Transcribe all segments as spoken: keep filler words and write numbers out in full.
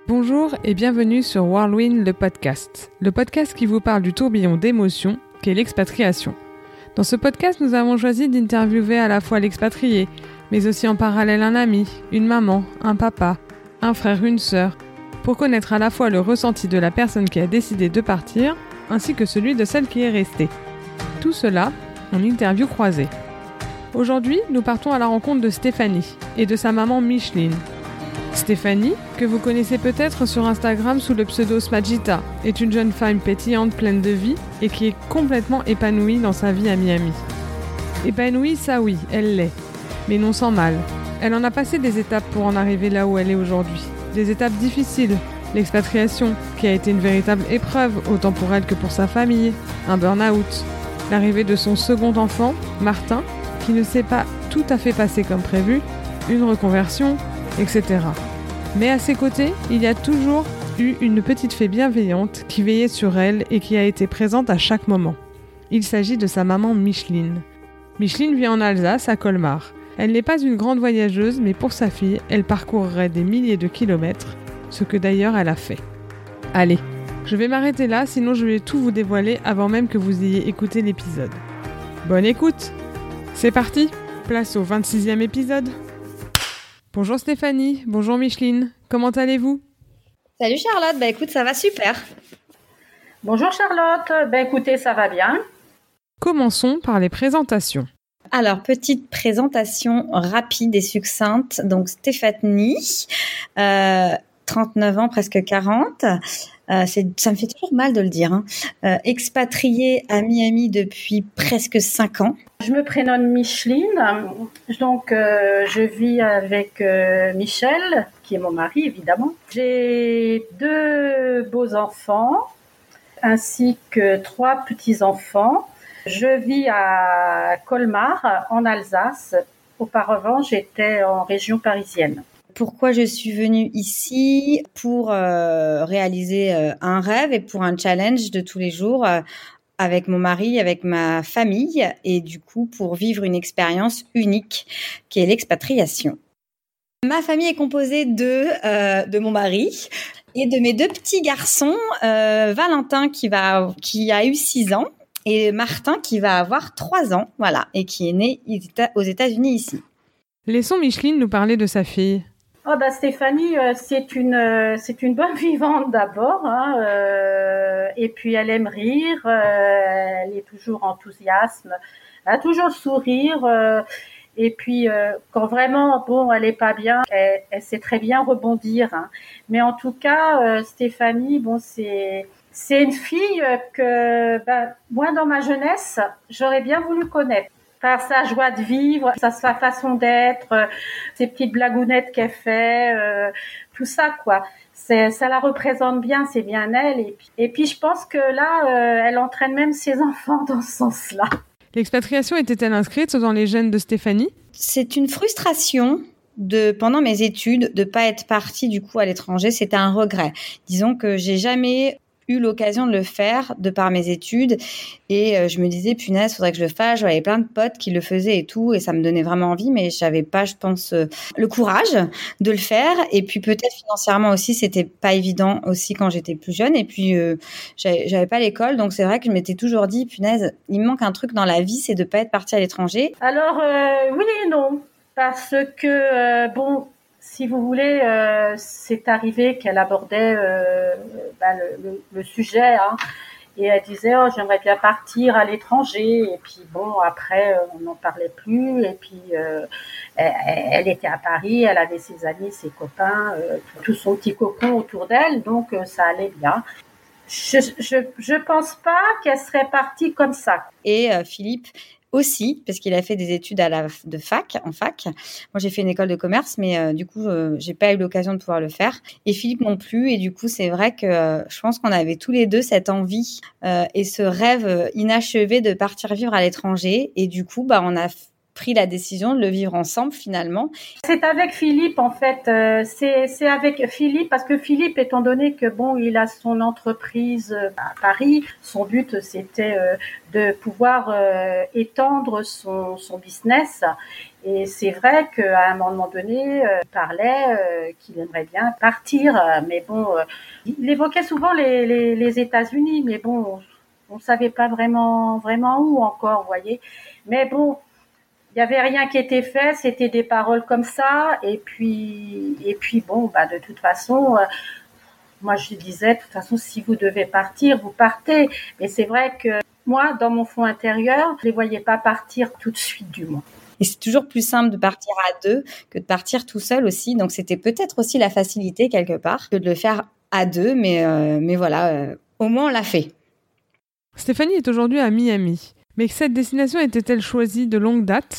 Bonjour et bienvenue sur Whirlwind, le podcast. Le podcast qui vous parle du tourbillon d'émotions qu'est l'expatriation. Dans ce podcast, nous avons choisi d'interviewer à la fois l'expatrié, mais aussi en parallèle un ami, une maman, un papa, un frère, une sœur, pour connaître à la fois le ressenti de la personne qui a décidé de partir, ainsi que celui de celle qui est restée. Tout cela en interview croisée. Aujourd'hui, nous partons à la rencontre de Stéphanie et de sa maman Micheline. Stéphanie, que vous connaissez peut-être sur Instagram sous le pseudo Smajita, est une jeune femme pétillante, pleine de vie et qui est complètement épanouie dans sa vie à Miami. Épanouie, ça oui, elle l'est, mais non sans mal. Elle en a passé des étapes pour en arriver là où elle est aujourd'hui. Des étapes difficiles, l'expatriation, qui a été une véritable épreuve, autant pour elle que pour sa famille, un burn-out, l'arrivée de son second enfant, Martin, qui ne s'est pas tout à fait passé comme prévu, une reconversion, et cetera. Mais à ses côtés, il y a toujours eu une petite fée bienveillante qui veillait sur elle et qui a été présente à chaque moment. Il s'agit de sa maman Micheline. Micheline vit en Alsace, à Colmar. Elle n'est pas une grande voyageuse, mais pour sa fille, elle parcourrait des milliers de kilomètres, ce que d'ailleurs elle a fait. Allez, je vais m'arrêter là, sinon je vais tout vous dévoiler avant même que vous ayez écouté l'épisode. Bonne écoute! C'est parti, place au vingt-sixième épisode. Bonjour Stéphanie, bonjour Micheline, comment allez-vous? Salut Charlotte, bah écoute, ça va super. Bonjour Charlotte, bah écoutez, ça va bien. Commençons par les présentations. Alors, petite présentation rapide et succincte. Donc Stéphanie, euh, trente-neuf ans, presque quarante. Euh, c'est, ça me fait toujours mal de le dire. Hein. Euh, expatriée à Miami depuis presque cinq ans. Je me prénomme Micheline, donc euh, je vis avec euh, Michel, qui est mon mari évidemment. J'ai deux beaux enfants, ainsi que trois petits-enfants. Je vis à Colmar, en Alsace. Auparavant, j'étais en région parisienne. Pourquoi je suis venue ici? Pour euh, réaliser euh, un rêve et pour un challenge de tous les jours euh, avec mon mari, avec ma famille et du coup pour vivre une expérience unique qui est l'expatriation. Ma famille est composée de, euh, de mon mari et de mes deux petits garçons, euh, Valentin qui, va, qui a eu six ans et Martin qui va avoir trois ans, voilà, et qui est né aux États-Unis ici. Laissons Micheline nous parler de sa fille. Oh bah Stéphanie, euh, c'est une euh, c'est une bonne vivante d'abord, hein, euh, et puis elle aime rire, euh, elle est toujours enthousiaste, elle a toujours le sourire, euh, et puis euh, quand vraiment bon elle est pas bien, elle, elle sait très bien rebondir. Hein. Mais en tout cas, euh, Stéphanie, bon c'est c'est une fille que ben moi dans ma jeunesse j'aurais bien voulu connaître. Par sa joie de vivre, sa, sa façon d'être, euh, ses petites blagounettes qu'elle fait, euh, tout ça quoi. C'est, ça la représente bien, c'est bien elle. Et puis, et puis je pense que là, euh, elle entraîne même ses enfants dans ce sens-là. L'expatriation était-elle inscrite dans les gènes de Stéphanie? C'est une frustration de pendant mes études de pas être partie du coup à l'étranger. C'était un regret. Disons que j'ai jamais eu l'occasion de le faire de par mes études et euh, je me disais punaise faudrait que je le fasse, j'avais plein de potes qui le faisaient et tout et ça me donnait vraiment envie mais j'avais pas je pense euh, le courage de le faire et puis peut-être financièrement aussi c'était pas évident aussi quand j'étais plus jeune et puis euh, j'avais, j'avais pas l'école donc c'est vrai que je m'étais toujours dit punaise il me manque un truc dans la vie c'est de pas être partie à l'étranger. Alors euh, oui et non parce que euh, bon si vous voulez, euh, c'est arrivé qu'elle abordait euh, bah, le, le, le sujet hein, et elle disait oh j'aimerais bien partir à l'étranger et puis bon après euh, on n'en parlait plus et puis euh, elle, elle était à Paris, elle avait ses amis, ses copains, euh, tout son petit cocon autour d'elle donc euh, ça allait bien. Je, je je pense pas qu'elle serait partie comme ça. Et euh, Philippe aussi, parce qu'il a fait des études à la de fac, en fac. Moi, j'ai fait une école de commerce, mais euh, du coup, euh, j'ai pas eu l'occasion de pouvoir le faire. Et Philippe non plus. Et du coup, c'est vrai que euh, je pense qu'on avait tous les deux cette envie euh, et ce rêve inachevé de partir vivre à l'étranger. Et du coup, bah, on a pris la décision de le vivre ensemble finalement. C'est avec Philippe en fait, euh, c'est, c'est avec Philippe parce que Philippe, étant donné que bon, il a son entreprise à Paris, son but c'était euh, de pouvoir euh, étendre son, son business. Et c'est vrai qu'à un moment donné, euh, il parlait euh, qu'il aimerait bien partir, mais bon, euh, il évoquait souvent les, les, les États-Unis, mais bon, on ne savait pas vraiment, vraiment où encore, vous voyez. Mais bon, il y avait rien qui était fait, c'était des paroles comme ça, et puis, et puis bon, bah de toute façon, euh, moi je disais, de toute façon, si vous devez partir, vous partez. Mais c'est vrai que moi, dans mon fond intérieur, je les voyais pas partir tout de suite, du moins. Et c'est toujours plus simple de partir à deux que de partir tout seul aussi. Donc, c'était peut-être aussi la facilité quelque part que de le faire à deux. Mais, euh, mais voilà, euh, au moins, on l'a fait. Stéphanie est aujourd'hui à Miami. Mais cette destination était-elle choisie de longue date ?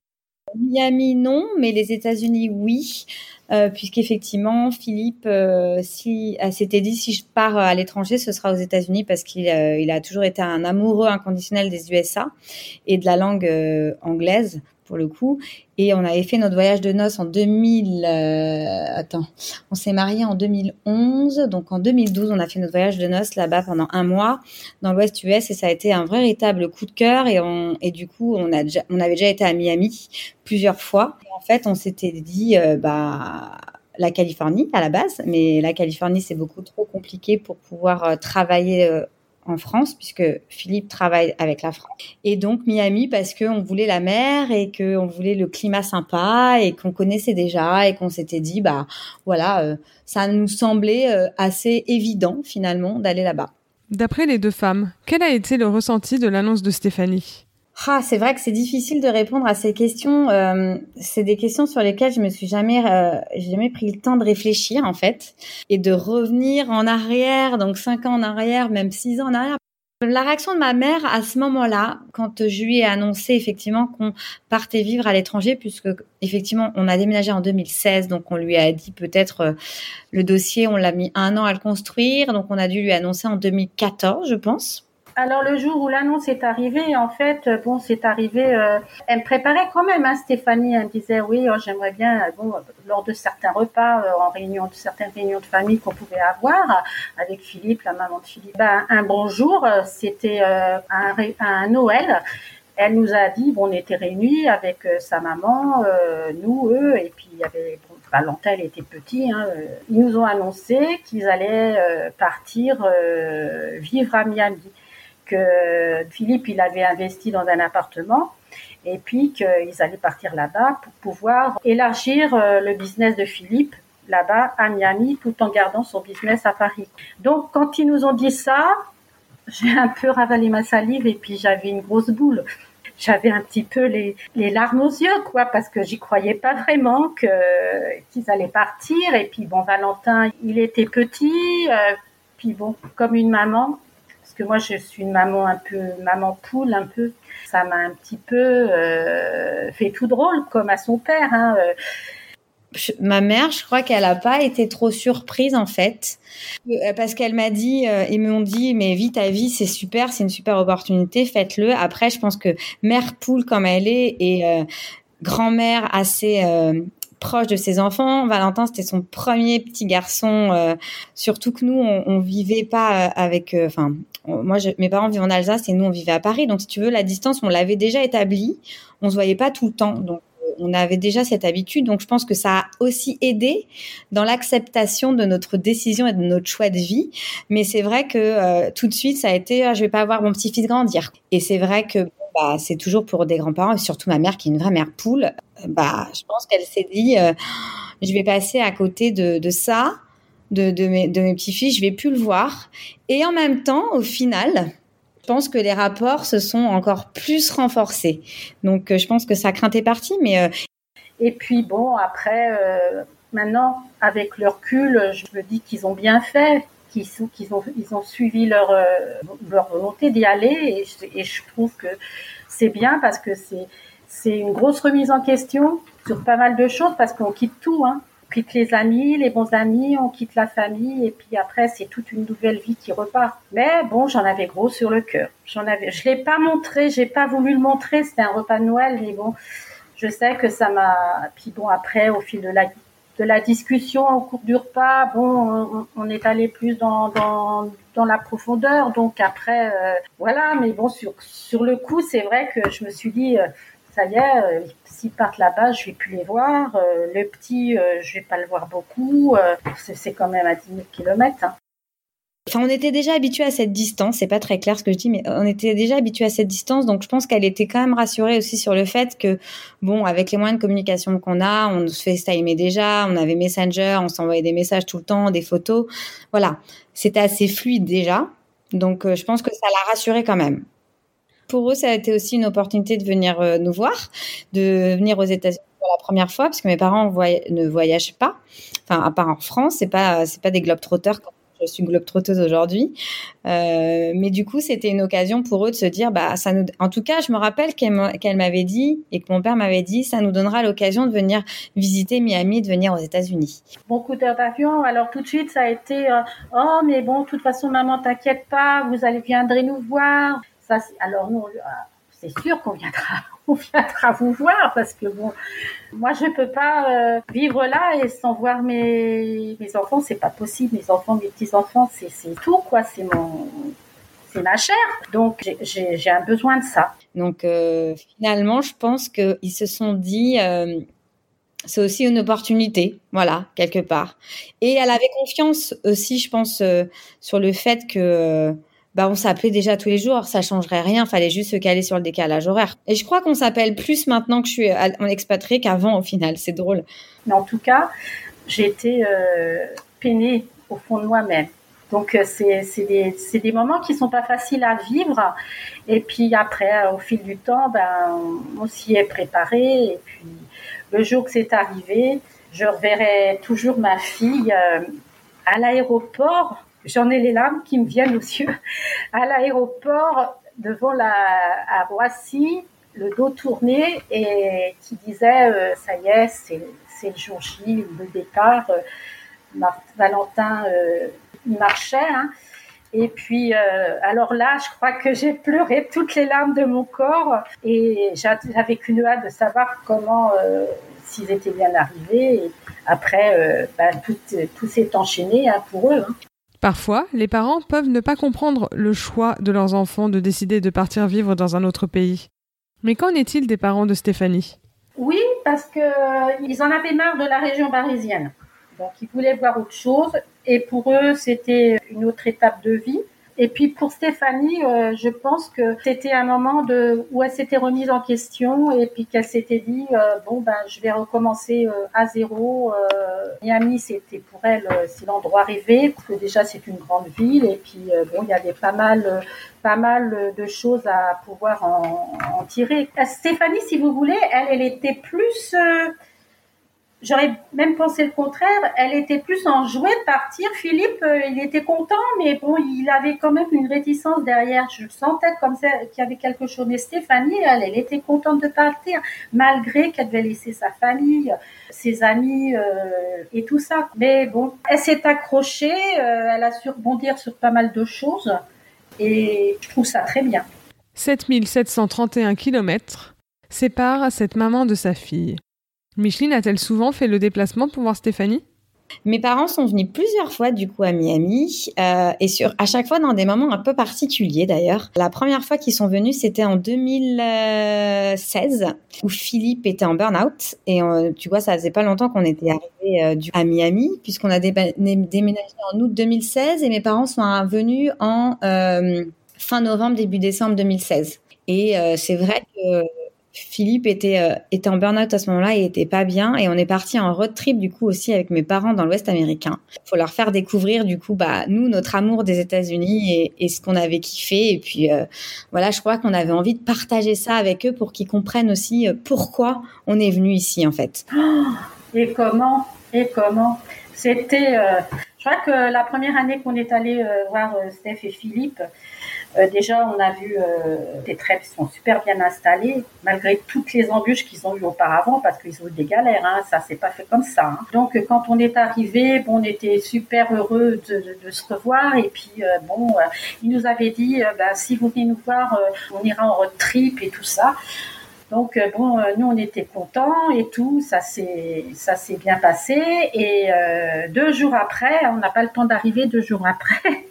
Miami, non, mais les États-Unis, oui. Euh, puisqu'effectivement, Philippe euh, si, euh, s'était dit, si je pars à l'étranger, ce sera aux États-Unis parce qu'il euh, il a toujours été un amoureux inconditionnel des U S A et de la langue euh, anglaise, pour le coup. Et on avait fait notre voyage de noces en deux mille... Euh, attends, on s'est mariés en deux mille onze. Donc, en deux mille douze, on a fait notre voyage de noces là-bas pendant un mois dans l'Ouest U S. Et ça a été un véritable coup de cœur. Et, on, et du coup, on, a déjà, on avait déjà été à Miami plusieurs fois. Et en fait, on s'était dit, euh, bah... la Californie à la base. Mais la Californie, c'est beaucoup trop compliqué pour pouvoir euh, travailler... Euh, en France, puisque Philippe travaille avec la France. Et donc Miami, parce qu'on voulait la mer et qu'on voulait le climat sympa et qu'on connaissait déjà et qu'on s'était dit, bah voilà, euh, ça nous semblait euh, assez évident finalement d'aller là-bas. D'après les deux femmes, quel a été le ressenti de l'annonce de Stéphanie ? Ah, c'est vrai que c'est difficile de répondre à ces questions. Euh, c'est des questions sur lesquelles je me suis jamais, euh, j'ai jamais pris le temps de réfléchir en fait, et de revenir en arrière, donc cinq ans en arrière, même six ans en arrière. La réaction de ma mère à ce moment-là, quand je lui ai annoncé effectivement qu'on partait vivre à l'étranger, puisque effectivement on a déménagé en deux mille seize, donc on lui a dit peut-être euh, le dossier, on l'a mis un an à le construire, donc on a dû lui annoncer en deux mille quatorze, je pense. Alors le jour où l'annonce est arrivée, en fait, bon, c'est arrivé. Euh, elle me préparait quand même, hein, Stéphanie. Elle me disait oui, oh, j'aimerais bien, bon, lors de certains repas, euh, en réunion, de certaines réunions de famille qu'on pouvait avoir avec Philippe, la maman de Philippe. Ben, un bonjour, c'était euh, un, un Noël. Elle nous a dit, bon, on était réunis avec euh, sa maman, euh, nous, eux, et puis il y avait, bon, Valentin, il était petit, hein, euh, ils nous ont annoncé qu'ils allaient euh, partir euh, vivre à Miami. Que Philippe, il avait investi dans un appartement et puis qu'ils allaient partir là-bas pour pouvoir élargir le business de Philippe là-bas à Miami tout en gardant son business à Paris. Donc, quand ils nous ont dit ça, j'ai un peu ravalé ma salive et puis j'avais une grosse boule. J'avais un petit peu les, les larmes aux yeux, quoi, parce que j'y croyais pas vraiment que, qu'ils allaient partir. Et puis, bon, Valentin, il était petit, euh, puis bon, comme une maman, que moi je suis une maman un peu maman poule un peu, ça m'a un petit peu euh, fait tout drôle comme à son père, hein. Je, ma mère, je crois qu'elle a pas été trop surprise en fait, parce qu'elle m'a dit, euh, ils m'ont dit, mais vis ta vie, c'est super, c'est une super opportunité, faites-le. Après, je pense que mère poule comme elle est et euh, grand-mère assez euh, proche de ses enfants. Valentin, c'était son premier petit garçon, euh, surtout que nous, on, on vivait pas avec, enfin. Euh, Moi, je, mes parents vivent en Alsace et nous, on vivait à Paris. Donc, si tu veux, la distance, on l'avait déjà établie. On se voyait pas tout le temps. Donc, on avait déjà cette habitude. Donc, je pense que ça a aussi aidé dans l'acceptation de notre décision et de notre choix de vie. Mais c'est vrai que euh, tout de suite, ça a été ah, « je vais pas voir mon petit-fils grandir ». Et c'est vrai que bah, c'est toujours pour des grands-parents, et surtout ma mère qui est une vraie mère poule. Bah, je pense qu'elle s'est dit euh, « je vais passer à côté de, de ça ». De, de, mes, de mes petits-fils, je vais plus le voir. Et en même temps, au final, je pense que les rapports se sont encore plus renforcés. Donc, euh, je pense que sa crainte est partie. Mais euh... Et puis, bon, après, euh, maintenant, avec le recul, je me dis qu'ils ont bien fait, qu'ils, sont, qu'ils ont, ils ont suivi leur, euh, leur volonté d'y aller. Et, et je trouve que c'est bien parce que c'est, c'est une grosse remise en question sur pas mal de choses parce qu'on quitte tout, hein. On quitte les amis, les bons amis, on quitte la famille et puis après c'est toute une nouvelle vie qui repart. Mais bon, j'en avais gros sur le cœur. J'en avais, je l'ai pas montré, j'ai pas voulu le montrer. C'était un repas de Noël, mais bon, je sais que ça m'a. Puis bon, après au fil de la de la discussion au cours du repas, bon, on, on est allé plus dans dans dans la profondeur. Donc après, euh, voilà. Mais bon, sur sur le coup, c'est vrai que je me suis dit. Euh, Ça y est, euh, s'ils partent là-bas, je vais plus les voir. Euh, le petit, euh, je vais pas le voir beaucoup. Euh, c'est, c'est quand même à dix mille kilomètres. Hein. Enfin, on était déjà habitués à cette distance. C'est pas très clair ce que je dis, mais on était déjà habitués à cette distance. Donc, je pense qu'elle était quand même rassurée aussi sur le fait que, bon, avec les moyens de communication qu'on a, on se FaceTimait déjà, on avait Messenger, on s'envoyait des messages tout le temps, des photos. Voilà. C'était assez fluide déjà. Donc, euh, je pense que ça l'a rassurée quand même. Pour eux, ça a été aussi une opportunité de venir euh, nous voir, de venir aux États-Unis pour la première fois, parce que mes parents voy- ne voyagent pas. Enfin, à part en France, c'est pas c'est pas des globetrotters comme je suis globetrotteuse aujourd'hui. Euh, mais du coup, c'était une occasion pour eux de se dire, bah, ça nous. En tout cas, je me rappelle qu'elle, qu'elle m'avait dit et que mon père m'avait dit, ça nous donnera l'occasion de venir visiter Miami, de venir aux États-Unis. Bon coup d'heure d'avion. Alors tout de suite, ça a été, euh, oh mais bon, de toute façon, maman, t'inquiète pas, vous allez viendrez nous voir. Ça, alors nous, c'est sûr qu'on viendra, on viendra vous voir parce que bon, moi je peux pas euh, vivre là et sans voir mes mes enfants, c'est pas possible. Mes enfants, mes petits enfants, c'est c'est tout quoi, c'est mon, c'est ma chair. Donc j'ai j'ai, j'ai un besoin de ça. Donc euh, finalement, je pense que ils se sont dit. Euh, C'est aussi une opportunité, voilà, quelque part. Et elle avait confiance aussi, je pense, euh, sur le fait que euh, bah, on s'appelait déjà tous les jours, ça changerait rien, fallait juste se caler sur le décalage horaire. Et je crois qu'on s'appelle plus maintenant que je suis en expatriée qu'avant, au final, c'est drôle. Mais en tout cas, j'ai été euh, peinée au fond de moi-même. Donc, euh, c'est, c'est, des, c'est des moments qui sont pas faciles à vivre. Et puis après, euh, au fil du temps, ben, on, on s'y est préparé. Et puis, le jour que c'est arrivé, je reverrai toujours ma fille euh, à l'aéroport. J'en ai les larmes qui me viennent aux yeux. À l'aéroport, devant la, à Roissy, le dos tourné et qui disait euh, ça y est, c'est, c'est le jour J, le départ. Euh, Valentin, euh, il marchait. Hein. Et puis, euh, alors là, je crois que j'ai pleuré toutes les larmes de mon corps et j'avais qu'une hâte de savoir comment, euh, s'ils étaient bien arrivés. Et après, euh, bah, tout, tout s'est enchaîné hein, pour eux. Hein. Parfois, les parents peuvent ne pas comprendre le choix de leurs enfants de décider de partir vivre dans un autre pays. Mais qu'en est-il des parents de Stéphanie ? Oui, parce que euh, ils en avaient marre de la région parisienne. Donc, ils voulaient voir autre chose. Et pour eux, c'était une autre étape de vie. Et puis, pour Stéphanie, euh, je pense que c'était un moment de, où elle s'était remise en question et puis qu'elle s'était dit, euh, bon, ben, je vais recommencer euh, à zéro. Euh, Miami, c'était pour elle, euh, c'est l'endroit rêvé, parce que déjà, c'est une grande ville. Et puis, euh, bon, il y avait pas mal, euh, pas mal de choses à pouvoir en, en tirer. Stéphanie, si vous voulez, elle, elle était plus... Euh, J'aurais même pensé le contraire. Elle était plus enjouée de partir. Philippe, euh, il était content, mais bon, il avait quand même une réticence derrière. Je le sentais comme ça, qu'il y avait quelque chose. Mais Stéphanie, elle, elle était contente de partir, malgré qu'elle devait laisser sa famille, ses amis euh, et tout ça. Mais bon, elle s'est accrochée. Euh, elle a su rebondir sur pas mal de choses. Et je trouve ça très bien. sept mille sept cent trente et un kilomètres séparent cette maman de sa fille. Micheline a-t-elle souvent fait le déplacement pour voir Stéphanie ? Mes parents sont venus plusieurs fois du coup à Miami euh, et sur à chaque fois dans des moments un peu particuliers d'ailleurs. La première fois qu'ils sont venus, c'était en deux mille seize où Philippe était en burn-out et euh, tu vois, ça faisait pas longtemps qu'on était arrivé euh, à Miami puisqu'on a déba- déménagé en août deux mille seize et mes parents sont venus en euh, fin novembre début décembre deux mille seize. Et euh, c'est vrai que Philippe était, euh, était en burn-out à ce moment-là et était pas bien. Et on est parti en road trip, du coup, aussi avec mes parents dans l'Ouest américain. Il faut leur faire découvrir, du coup, bah, nous, notre amour des États-Unis et, et ce qu'on avait kiffé. Et puis, euh, voilà, je crois qu'on avait envie de partager ça avec eux pour qu'ils comprennent aussi euh, pourquoi on est venu ici, en fait. Oh, et comment Et comment C'était... Euh, je crois que la première année qu'on est allé euh, voir euh, Steph et Philippe, Euh, déjà, on a vu euh, des traits qui sont super bien installés, malgré toutes les embûches qu'ils ont eues auparavant, parce qu'ils ont eu des galères, hein, ça s'est pas fait comme ça. Hein. Donc, quand on est arrivé, bon, on était super heureux de, de, de se revoir, et puis euh, bon, euh, ils nous avaient dit, euh, bah, si vous venez nous voir, euh, on ira en road trip et tout ça. Donc euh, bon, euh, nous on était contents et tout, ça s'est ça s'est bien passé. Et euh, deux jours après, on n'a pas le temps d'arriver. Deux jours après,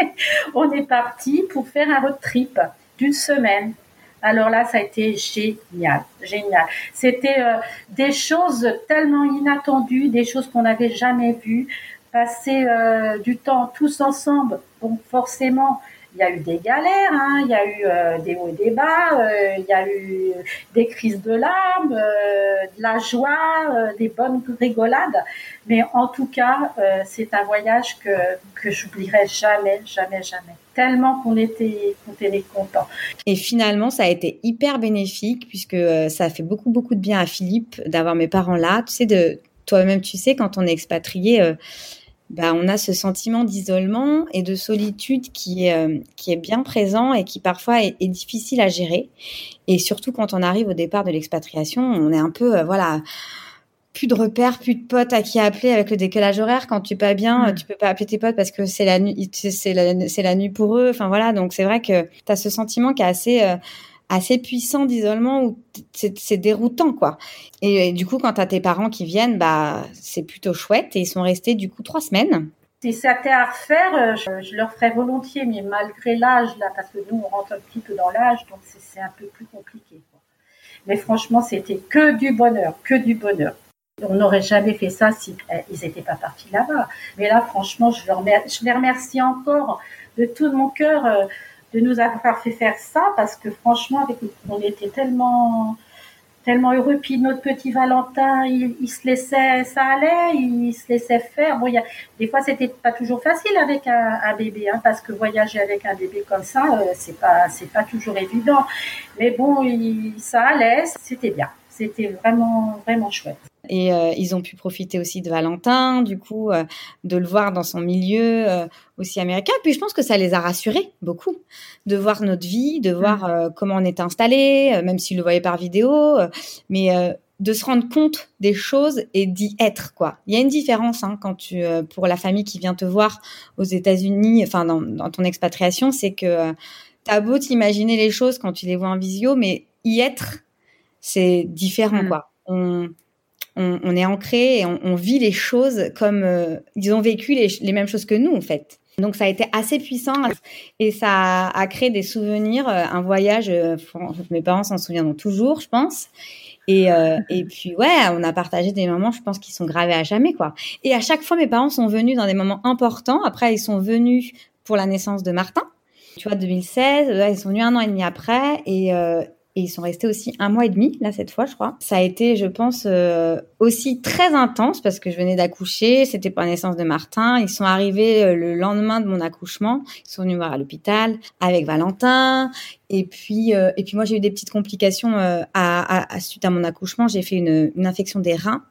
on est parti pour faire un road trip d'une semaine. Alors là, ça a été génial, génial. C'était euh, des choses tellement inattendues, des choses qu'on n'avait jamais vues. Passer euh, du temps tous ensemble, bon forcément. Il y a eu des galères, hein, il y a eu euh, des hauts et des bas, euh, il y a eu des crises de larmes, euh, de la joie, euh, des bonnes rigolades. Mais en tout cas, euh, c'est un voyage que que j'oublierai jamais, jamais, jamais. Tellement qu'on était, qu'on était contents. Et finalement, ça a été hyper bénéfique puisque euh, ça a fait beaucoup, beaucoup de bien à Philippe d'avoir mes parents là. Tu sais, de toi-même, tu sais, quand on est expatrié. Euh, Bah, on a ce sentiment d'isolement et de solitude qui est, euh, qui est bien présent et qui parfois est, est difficile à gérer. Et surtout quand on arrive au départ de l'expatriation, on est un peu, euh, voilà, plus de repères, plus de potes à qui appeler avec le décalage horaire. Quand tu es pas bien, mmh. tu peux pas appeler tes potes parce que c'est la nuit, c'est la, c'est la nuit pour eux. Enfin voilà, donc c'est vrai que tu as ce sentiment qui est assez... Euh, assez puissant d'isolement où c'est, c'est déroutant, quoi. Et, et du coup, quand t'as tes parents qui viennent, bah, c'est plutôt chouette. Et ils sont restés, du coup, trois semaines. Si c'était à refaire, je, je le referais volontiers, mais malgré l'âge, là, parce que nous, on rentre un petit peu dans l'âge, donc c'est, c'est un peu plus compliqué, quoi. Mais franchement, c'était que du bonheur, que du bonheur. On n'aurait jamais fait ça si eh, ils n'étaient pas partis là-bas. Mais là, franchement, je, leur remercie, je les remercie encore de tout mon cœur, euh, de nous avoir fait faire ça, parce que franchement, avec, on était tellement, tellement heureux. Puis notre petit Valentin, il, il se laissait, ça allait, il se laissait faire. Bon, il y a, des fois, c'était pas toujours facile avec un, un bébé, hein, parce que voyager avec un bébé comme ça, euh, c'est pas, c'est pas toujours évident. Mais bon, il, ça allait, c'était bien. C'était vraiment, vraiment chouette. Et euh, ils ont pu profiter aussi de Valentin, du coup, euh, de le voir dans son milieu euh, aussi américain. Puis je pense que ça les a rassurés beaucoup, de voir notre vie, de voir euh, comment on est installé, euh, même s'ils le voyaient par vidéo, euh, mais euh, de se rendre compte des choses et d'y être, quoi. Il y a une différence hein, quand tu, euh, pour la famille qui vient te voir aux États-Unis, enfin dans, dans ton expatriation, c'est que euh, t'as beau t'imaginer les choses quand tu les vois en visio, mais y être, c'est différent, mmh. quoi. On On, on est ancré et on, on vit les choses comme euh, ils ont vécu les, les mêmes choses que nous, en fait. Donc, ça a été assez puissant et ça a, a créé des souvenirs. Euh, un voyage, euh, mes parents s'en souviendront toujours, je pense. Et, euh, et puis, ouais, on a partagé des moments, je pense, qui sont gravés à jamais, quoi. Et à chaque fois, mes parents sont venus dans des moments importants. Après, ils sont venus pour la naissance de Martin. Tu vois, deux mille seize, là, ils sont venus un an et demi après. Et... Euh, Et ils sont restés aussi un mois et demi, là, cette fois, je crois. Ça a été, je pense, euh, aussi très intense parce que je venais d'accoucher. C'était pour la naissance de Martin. Ils sont arrivés euh, le lendemain de mon accouchement. Ils sont venus me voir à l'hôpital avec Valentin. Et puis, euh, et puis moi, j'ai eu des petites complications euh, à, à, à, suite à mon accouchement. J'ai fait une, une infection des reins.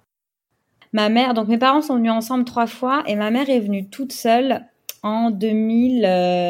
Ma mère, donc mes parents sont venus ensemble trois fois et ma mère est venue toute seule en deux mille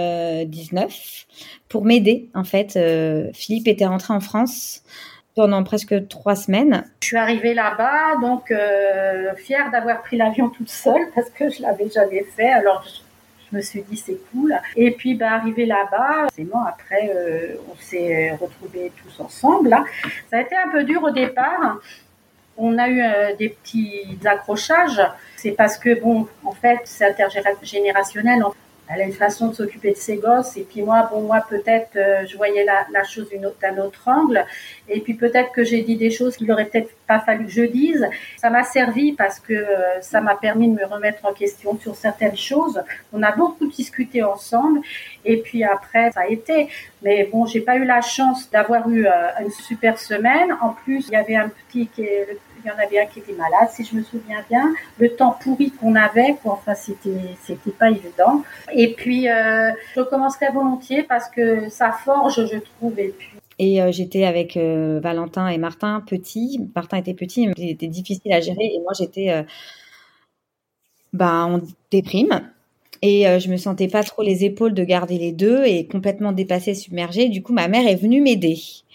dix-neuf pour m'aider. En fait, euh, Philippe était rentré en France pendant presque trois semaines. Je suis arrivée là-bas, donc euh, fière d'avoir pris l'avion toute seule parce que je l'avais jamais fait. Alors je, je me suis dit c'est cool. Et puis bah arrivée là-bas, c'est bon. Après euh, on s'est retrouvés tous ensemble. Là. Ça a été un peu dur au départ. On a eu euh, des petits accrochages. C'est parce que, bon, en fait, c'est intergénérationnel. Elle a une façon de s'occuper de ses gosses. Et puis moi, bon, moi, peut-être, euh, je voyais la, la chose d'une autre, d'un autre angle. Et puis peut-être que j'ai dit des choses qu'il aurait peut-être pas fallu que je dise. Ça m'a servi parce que euh, ça m'a permis de me remettre en question sur certaines choses. On a beaucoup discuté ensemble. Et puis après, ça a été. Mais bon, j'ai pas eu la chance d'avoir eu euh, une super semaine. En plus, il y avait un petit qui est... Le, il y en avait un qui était malade, si je me souviens bien. Le temps pourri qu'on avait, quoi. Enfin, c'était, c'était pas évident. Et puis, euh, je recommencerai volontiers parce que ça forge, je trouve. Et puis. Et euh, j'étais avec euh, Valentin et Martin, petits. Martin était petit, mais c'était difficile à gérer. Et moi, j'étais, euh, bah, en déprime. Et euh, je me sentais pas trop les épaules de garder les deux et complètement dépassée, submergée. Du coup, ma mère est venue m'aider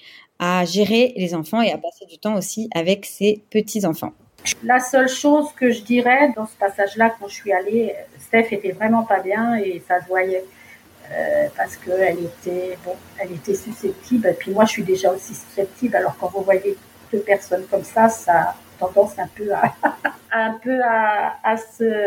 à gérer les enfants et à passer du temps aussi avec ses petits-enfants. La seule chose que je dirais dans ce passage-là, quand je suis allée, Steph était vraiment pas bien et ça se voyait euh, parce qu'elle était, bon, elle était susceptible. Et puis moi, je suis déjà aussi susceptible. Alors quand vous voyez deux personnes comme ça, ça a tendance un peu à, un peu à, à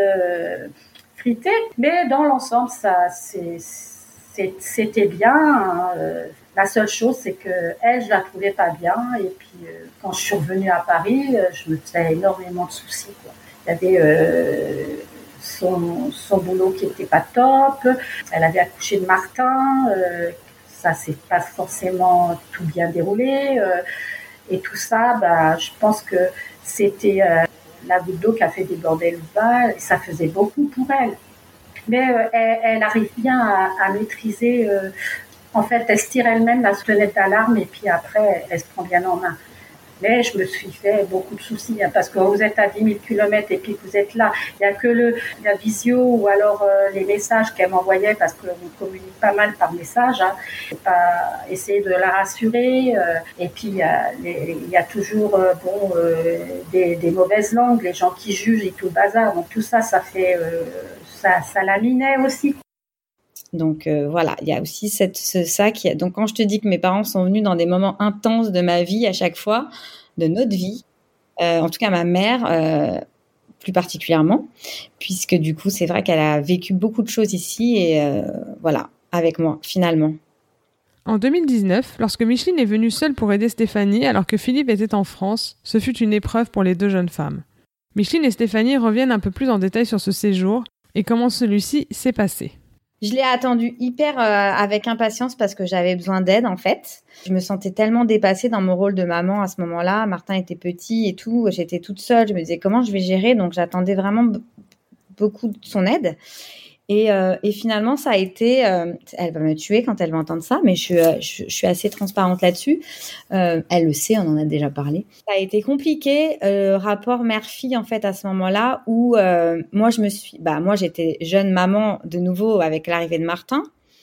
se frité, mais dans l'ensemble, ça, c'est, c'est, c'était bien. Hein. La seule chose, c'est que elle, je la trouvais pas bien. Et puis, euh, quand je suis revenue à Paris, je me faisais énormément de soucis, quoi. Il y avait euh, son, son boulot qui était pas top. Elle avait accouché de Martin. Euh, ça s'est pas forcément tout bien déroulé. Euh, et tout ça, bah, je pense que c'était euh, la goutte d'eau qui a fait déborder le vase, et ça faisait beaucoup pour elle. Mais euh, elle, elle arrive bien à, à maîtriser. Euh, en fait, elle se tire elle-même la sonnette d'alarme et puis après, elle se prend bien en main. Mais je me suis fait beaucoup de soucis hein, parce que vous êtes à dix mille kilomètres et puis que vous êtes là. Il n'y a que le, la visio ou alors euh, les messages qu'elle m'envoyait parce qu'on communique pas mal par message. Hein. Pas essayer de la rassurer. Euh, et puis, il y a, les, il y a toujours euh, bon, euh, des, des mauvaises langues, les gens qui jugent et tout le bazar. Donc tout ça, ça fait... Euh, ça, ça la minait aussi. Donc euh, voilà, il y a aussi cette, ce, ça qui. Donc quand je te dis que mes parents sont venus dans des moments intenses de ma vie à chaque fois, de notre vie, euh, en tout cas ma mère euh, plus particulièrement, puisque du coup c'est vrai qu'elle a vécu beaucoup de choses ici et euh, voilà avec moi finalement. En deux mille dix-neuf, lorsque Micheline est venue seule pour aider Stéphanie alors que Philippe était en France, ce fut une épreuve pour les deux jeunes femmes. Micheline et Stéphanie reviennent un peu plus en détail sur ce séjour et comment celui-ci s'est passé. Je l'ai attendu hyper euh, avec impatience parce que j'avais besoin d'aide en fait. Je me sentais tellement dépassée dans mon rôle de maman à ce moment-là. Martin était petit et tout, j'étais toute seule. Je me disais comment je vais gérer, donc j'attendais vraiment b- beaucoup de son aide. Et, euh, et finalement, ça a été... Euh, elle va me tuer quand elle va entendre ça, mais je, je, je suis assez transparente là-dessus. Euh, elle le sait, on en a déjà parlé. Ça a été compliqué, euh, rapport mère-fille, en fait, à ce moment-là, où euh, moi, je me suis... Bah, moi, j'étais jeune maman, de nouveau, avec l'arrivée de Martin.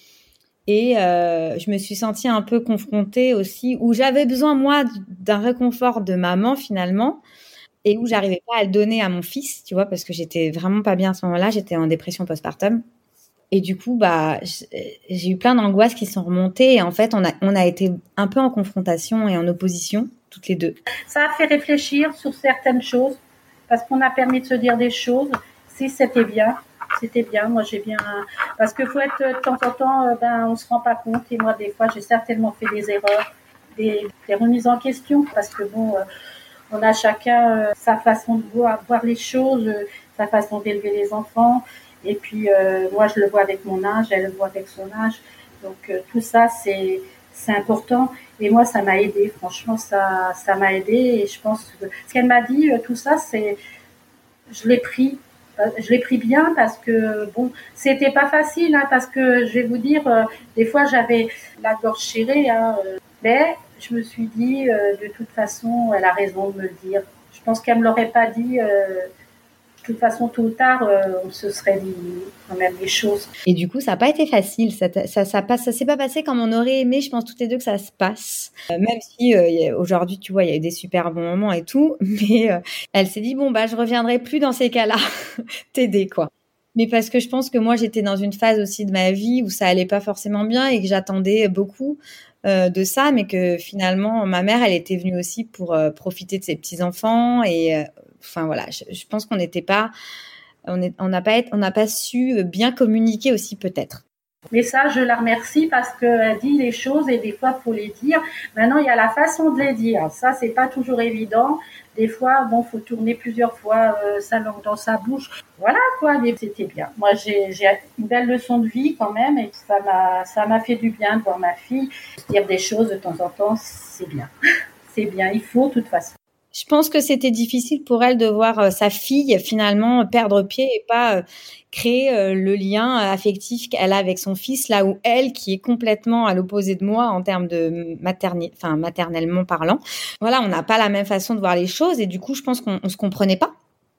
Et euh, je me suis sentie un peu confrontée aussi, où j'avais besoin, moi, d'un réconfort de maman, finalement, et où j'arrivais pas à le donner à mon fils, tu vois, parce que j'étais vraiment pas bien à ce moment-là, j'étais en dépression postpartum. Et du coup, bah, j'ai eu plein d'angoisses qui sont remontées. Et en fait, on a, on a été un peu en confrontation et en opposition, toutes les deux. Ça a fait réfléchir sur certaines choses, parce qu'on a permis de se dire des choses. Si c'était bien, c'était bien. Moi, j'ai bien... Parce que faut être, de temps en temps, ben, on se rend pas compte. Et moi, des fois, j'ai certainement fait des erreurs, des, des remises en question, parce que bon... Euh, on a chacun euh, sa façon de voir, voir les choses, euh, sa façon d'élever les enfants. Et puis, euh, moi, je le vois avec mon âge, elle le voit avec son âge. Donc, euh, tout ça, c'est, c'est important. Et moi, ça m'a aidé. Franchement, ça, ça m'a aidé. Et je pense que ce qu'elle m'a dit, euh, tout ça, c'est, je l'ai pris. Je l'ai pris bien parce que, bon, c'était pas facile, hein, parce que, je vais vous dire, euh, des fois, j'avais la gorge serrée, hein, euh, mais je me suis dit, euh, de toute façon, elle a raison de me le dire. Je pense qu'elle me l'aurait pas dit. Euh, de toute façon, tôt ou tard, euh, on se serait dit quand même les choses. Et du coup, ça n'a pas été facile. Ça, ça, ça, passe, ça s'est pas passé comme on aurait aimé, je pense, toutes les deux, que ça se passe. Euh, même si euh, y a, aujourd'hui, tu vois, il y a eu des super bons moments et tout. Mais euh, elle s'est dit, bon, bah, je reviendrai plus dans ces cas-là t'aider, quoi. Mais parce que je pense que moi, j'étais dans une phase aussi de ma vie où ça allait pas forcément bien et que j'attendais beaucoup euh, de ça, mais que finalement, ma mère, elle était venue aussi pour euh, profiter de ses petits-enfants. Et euh, enfin, voilà, je, je pense qu'on n'était pas... On est, on n'a pas, on n'a pas su bien communiquer aussi, peut-être. Mais ça, je la remercie parce qu'elle dit les choses et des fois, il faut les dire. Maintenant, il y a la façon de les dire. Ça, c'est pas toujours évident. Des fois, bon, faut tourner plusieurs fois euh, sa langue dans sa bouche. Voilà, quoi, mais c'était bien. Moi, j'ai, j'ai une belle leçon de vie quand même et ça m'a, ça m'a fait du bien de voir ma fille dire des choses de temps en temps. C'est bien. C'est bien. Il faut, de toute façon. Je pense que c'était difficile pour elle de voir euh, sa fille finalement perdre pied et pas euh, créer euh, le lien affectif qu'elle a avec son fils, là où elle, qui est complètement à l'opposé de moi en termes de materni- enfin maternellement parlant, voilà, on n'a pas la même façon de voir les choses et du coup, je pense qu'on on se comprenait pas.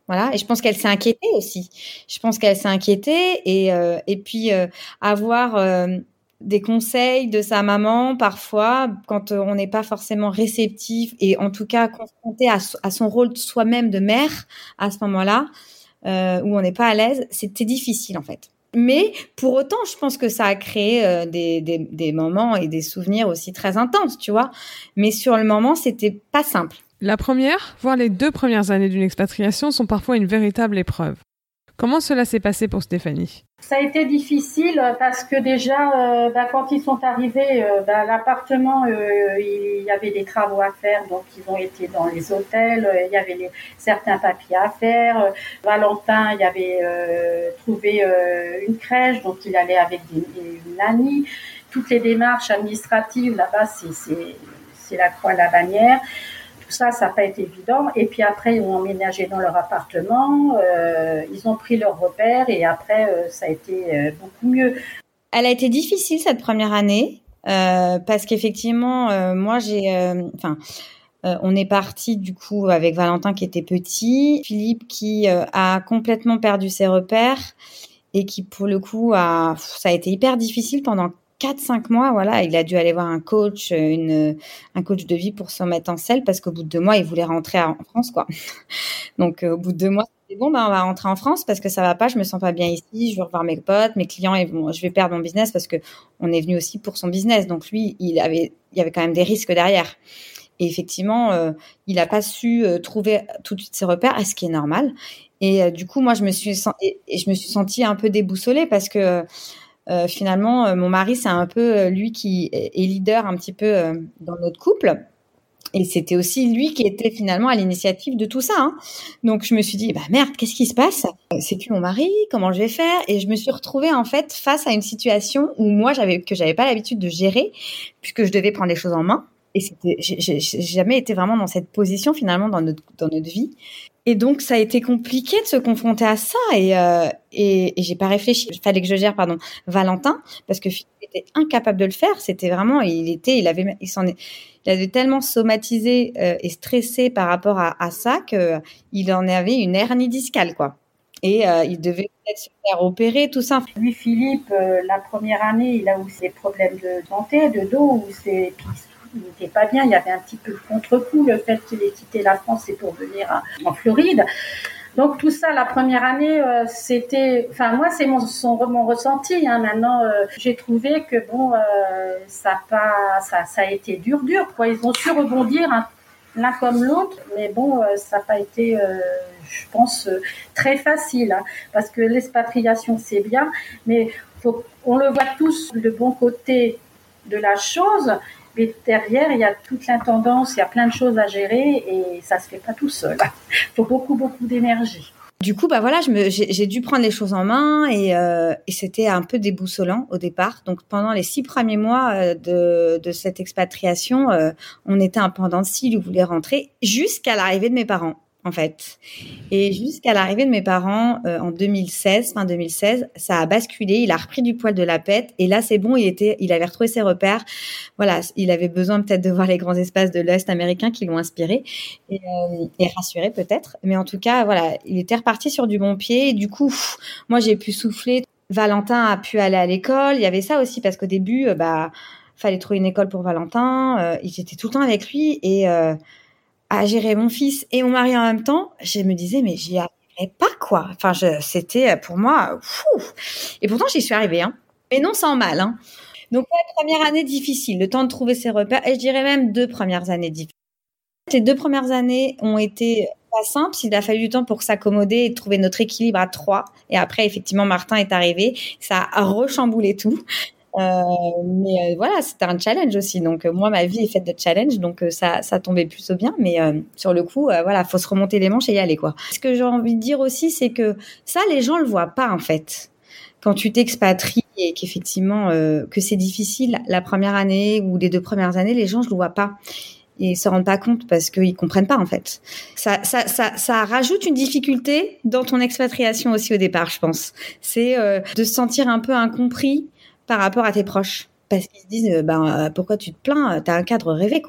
Voilà, et je pense qu'elle s'est inquiétée aussi. Je pense qu'elle s'est inquiétée et euh, et puis euh, avoir euh, des conseils de sa maman parfois quand euh, on n'est pas forcément réceptif et en tout cas confronté à, à son rôle de soi-même de mère à ce moment-là euh, où on n'est pas à l'aise, c'était difficile en fait. Mais pour autant, je pense que ça a créé euh, des, des des moments et des souvenirs aussi très intenses, tu vois. Mais sur le moment, c'était pas simple. La première, voire les deux premières années d'une expatriation sont parfois une véritable épreuve. Comment cela s'est passé pour Stéphanie ? Ça a été difficile parce que déjà, euh, bah, quand ils sont arrivés, euh, bah, l'appartement, euh, il y avait des travaux à faire, donc ils ont été dans les hôtels, euh, il y avait les, certains papiers à faire. Euh, Valentin, il y avait euh, trouvé euh, une crèche, donc il allait avec des, une nanny. Toutes les démarches administratives là-bas, c'est, c'est, c'est la croix, la bannière. Tout ça, ça n'a pas été évident. Et puis après, ils ont emménagé dans leur appartement, euh, ils ont pris leurs repères et après, euh, ça a été euh, beaucoup mieux. Elle a été difficile cette première année euh, parce qu'effectivement, euh, moi, j'ai, enfin, euh, euh, on est parti du coup avec Valentin qui était petit, Philippe qui euh, a complètement perdu ses repères et qui pour le coup a, ça a été hyper difficile pendant quatre cinq mois, voilà, il a dû aller voir un coach, une, un coach de vie pour se remettre en selle parce qu'au bout de deux mois, il voulait rentrer en France, quoi. Donc, euh, au bout de deux mois, c'était bon, ben, on va rentrer en France parce que ça va pas, je me sens pas bien ici, je veux revoir mes potes, mes clients, et bon, je vais perdre mon business parce que on est venu aussi pour son business. Donc, lui, il avait, il y avait quand même des risques derrière. Et effectivement, euh, il a pas su euh, trouver tout de suite ses repères, ce qui est normal. Et euh, du coup, moi, je me suis, sen- et, et je me suis sentie un peu déboussolée parce que, Euh, finalement, euh, mon mari, c'est un peu euh, lui qui est leader un petit peu euh, dans notre couple. Et c'était aussi lui qui était finalement à l'initiative de tout ça. Hein. Donc, je me suis dit, bah merde, qu'est-ce qui se passe ? C'est plus mon mari, comment je vais faire ? Et je me suis retrouvée en fait face à une situation où moi, j'avais que j'avais pas l'habitude de gérer, puisque je devais prendre les choses en main. Et c'était, j'ai, j'ai, j'ai jamais été vraiment dans cette position finalement dans notre dans notre vie. Et donc, ça a été compliqué de se confronter à ça. Et, euh, et, et j'ai pas réfléchi. Il fallait que je gère, pardon, Valentin, parce que Philippe était incapable de le faire. C'était vraiment, il était, il avait, il s'en est, il avait tellement somatisé euh, et stressé par rapport à, à ça que il en avait une hernie discale, quoi. Et euh, il devait peut-être se faire opérer, tout ça. Lui, Philippe, euh, la première année, il a eu ses problèmes de santé, de dos, où c'est, il n'était pas bien, il y avait un petit peu de contre-coup, le fait qu'il ait quitté la France, c'est pour venir à, en Floride. Donc tout ça, la première année, euh, c'était, enfin moi c'est mon, son, mon ressenti. Hein. Maintenant, euh, j'ai trouvé que bon, euh, ça pas, ça, ça a été dur, dur quoi. Ils ont su rebondir hein, l'un comme l'autre, mais bon, euh, ça n'a pas été, euh, je pense, euh, très facile, hein, parce que l'expatriation c'est bien, mais faut, on le voit tous le bon côté de la chose. Mais derrière, il y a toute l'intendance, il y a plein de choses à gérer et ça se fait pas tout seul. Il faut beaucoup, beaucoup d'énergie. Du coup, bah voilà, je me, j'ai, j'ai dû prendre les choses en main et, euh, et c'était un peu déboussolant au départ. Donc pendant les six premiers mois euh, de, de cette expatriation, euh, on était un peu en dents de scie, il voulait rentrer jusqu'à l'arrivée de mes parents. En fait. Et jusqu'à l'arrivée de mes parents euh, en deux mille seize, fin deux mille seize, ça a basculé, il a repris du poil de la pète et là c'est bon, il était, il avait retrouvé ses repères. Voilà, il avait besoin peut-être de voir les grands espaces de l'Est américain qui l'ont inspiré et, euh, et rassuré peut-être. Mais en tout cas, voilà, il était reparti sur du bon pied. Et du coup, pff, moi j'ai pu souffler. Valentin a pu aller à l'école. Il y avait ça aussi parce qu'au début, euh, bah, fallait trouver une école pour Valentin. Euh, j'étais tout le temps avec lui et euh, à gérer mon fils et mon mari en même temps, je me disais, mais j'y arriverais pas, quoi. Enfin, je, c'était pour moi, fou. Et pourtant, j'y suis arrivée, hein. Mais non sans mal, hein. Donc, ouais, première année difficile, le temps de trouver ses repères. Et je dirais même deux premières années difficiles. Les deux premières années ont été pas simples. Il a fallu du temps pour s'accommoder et trouver notre équilibre à trois. Et après, effectivement, Martin est arrivé. Ça a rechamboulé tout. Euh, mais euh, voilà, c'était un challenge aussi. Donc euh, moi, ma vie est faite de challenge, donc euh, ça, ça tombait plutôt bien. Mais euh, sur le coup, euh, voilà, faut se remonter les manches et y aller, quoi. Ce que j'ai envie de dire aussi, c'est que ça, les gens le voient pas en fait. Quand tu t'expatries et qu'effectivement euh, que c'est difficile la première année ou les deux premières années, les gens je le vois pas. Et ils se rendent pas compte parce qu'ils comprennent pas en fait. Ça, ça, ça, ça rajoute une difficulté dans ton expatriation aussi au départ, je pense. C'est euh, de se sentir un peu incompris par rapport à tes proches. Parce qu'ils se disent, euh, ben, euh, pourquoi tu te plains ? T'as un cadre rêvé, quoi.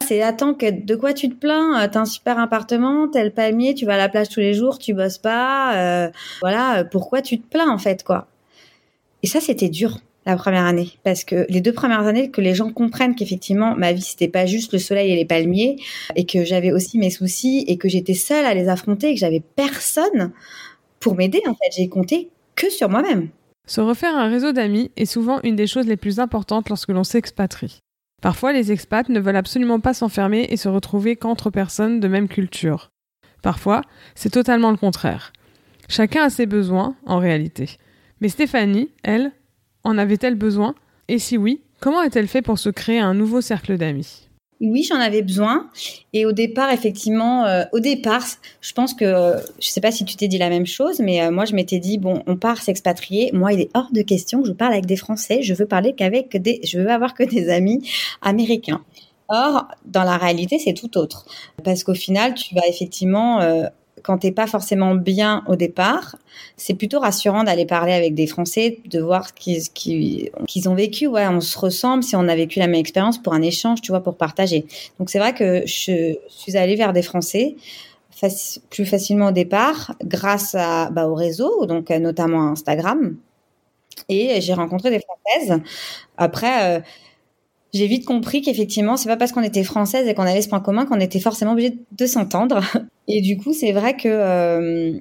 C'est attends, que, de quoi tu te plains? T'as un super appartement, t'as le palmier, tu vas à la plage tous les jours, tu bosses pas. Euh, voilà, pourquoi tu te plains en fait, quoi? Et ça, c'était dur la première année, parce que les deux premières années, que les gens comprennent qu'effectivement ma vie c'était pas juste le soleil et les palmiers, et que j'avais aussi mes soucis et que j'étais seule à les affronter et que j'avais personne pour m'aider. En fait, j'ai compté que sur moi-même. Se refaire un réseau d'amis est souvent une des choses les plus importantes lorsque l'on s'expatrie. Parfois, les expats ne veulent absolument pas s'enfermer et se retrouver qu'entre personnes de même culture. Parfois, c'est totalement le contraire. Chacun a ses besoins, en réalité. Mais Stéphanie, elle, en avait-elle besoin? Et si oui, comment a-t-elle fait pour se créer un nouveau cercle d'amis? Oui, j'en avais besoin. Et au départ, effectivement, euh, au départ, je pense que, euh, je sais pas si tu t'es dit la même chose, mais euh, moi, je m'étais dit, bon, on part s'expatrier. Moi, il est hors de question que je parle avec des Français. Je veux parler qu'avec des, je veux avoir que des amis américains. Or, dans la réalité, c'est tout autre. Parce qu'au final, tu vas effectivement, euh, quand t'es pas forcément bien au départ, c'est plutôt rassurant d'aller parler avec des Français, de voir ce qu'ils, ce qu'ils, qu'ils ont vécu. Ouais, on se ressemble si on a vécu la même expérience pour un échange, tu vois, pour partager. Donc c'est vrai que je suis allée vers des Français faci- plus facilement au départ, grâce à, bah, au réseau, donc euh, notamment à Instagram. Et j'ai rencontré des Françaises. Après, euh, j'ai vite compris qu'effectivement, c'est pas parce qu'on était françaises et qu'on avait ce point commun qu'on était forcément obligé de s'entendre. Et du coup, c'est vrai que euh,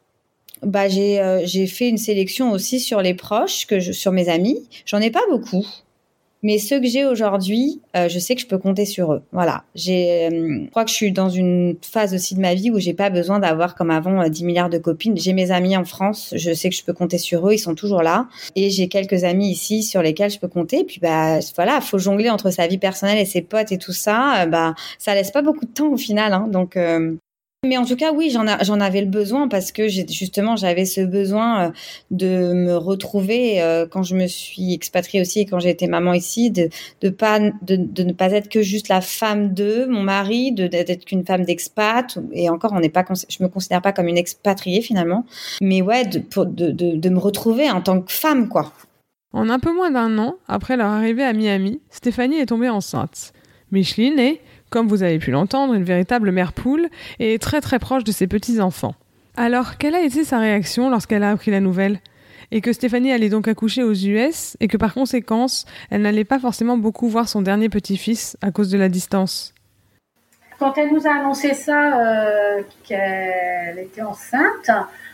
bah j'ai euh, j'ai fait une sélection aussi sur les proches, que je, sur mes amis. J'en ai pas beaucoup, mais ceux que j'ai aujourd'hui, euh, je sais que je peux compter sur eux. Voilà. J'ai, euh, je crois que je suis dans une phase aussi de ma vie où j'ai pas besoin d'avoir comme avant euh, dix milliards de copines. J'ai mes amis en France, je sais que je peux compter sur eux, ils sont toujours là. Et j'ai quelques amis ici sur lesquels je peux compter. Et puis bah voilà, faut jongler entre sa vie personnelle et ses potes et tout ça. Euh, bah ça laisse pas beaucoup de temps au final. Hein, donc euh, mais en tout cas, oui, j'en, a, j'en avais le besoin parce que j'ai, justement, j'avais ce besoin euh, de me retrouver euh, quand je me suis expatriée aussi et quand j'ai été maman ici, de, de, pas, de, de ne pas être que juste la femme de mon mari, de, d'être qu'une femme d'expat. Et encore, on n'est pas, je me considère pas comme une expatriée finalement. Mais ouais, de, pour, de, de, de me retrouver en tant que femme, quoi. En un peu moins d'un an, après leur arrivée à Miami, Stéphanie est tombée enceinte. Micheline est, comme vous avez pu l'entendre, une véritable mère poule et est très très proche de ses petits-enfants. Alors, quelle a été sa réaction lorsqu'elle a appris la nouvelle? Et que Stéphanie allait donc accoucher aux U S et que par conséquence, elle n'allait pas forcément beaucoup voir son dernier petit-fils à cause de la distance. Quand elle nous a annoncé ça, euh, qu'elle était enceinte,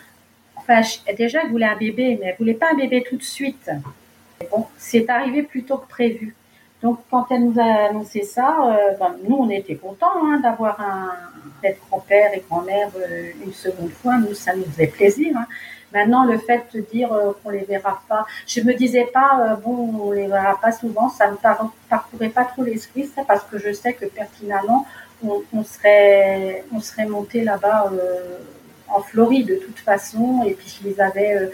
enfin, déjà, elle voulait un bébé, mais elle voulait pas un bébé tout de suite. Bon, c'est arrivé plus tôt que prévu. Donc, quand elle nous a annoncé ça, euh, ben, nous, on était contents hein, d'avoir un, d'être grand-père et grand-mère euh, une seconde fois. Nous, ça nous faisait plaisir. Hein. Maintenant, le fait de dire euh, qu'on les verra pas, je me disais pas, euh, bon, on les verra pas souvent, ça me par- parcourait pas trop l'esprit, ça, parce que je sais que pertinemment, on, on serait, on serait monté là-bas euh, en Floride de toute façon, et puis je les avais euh,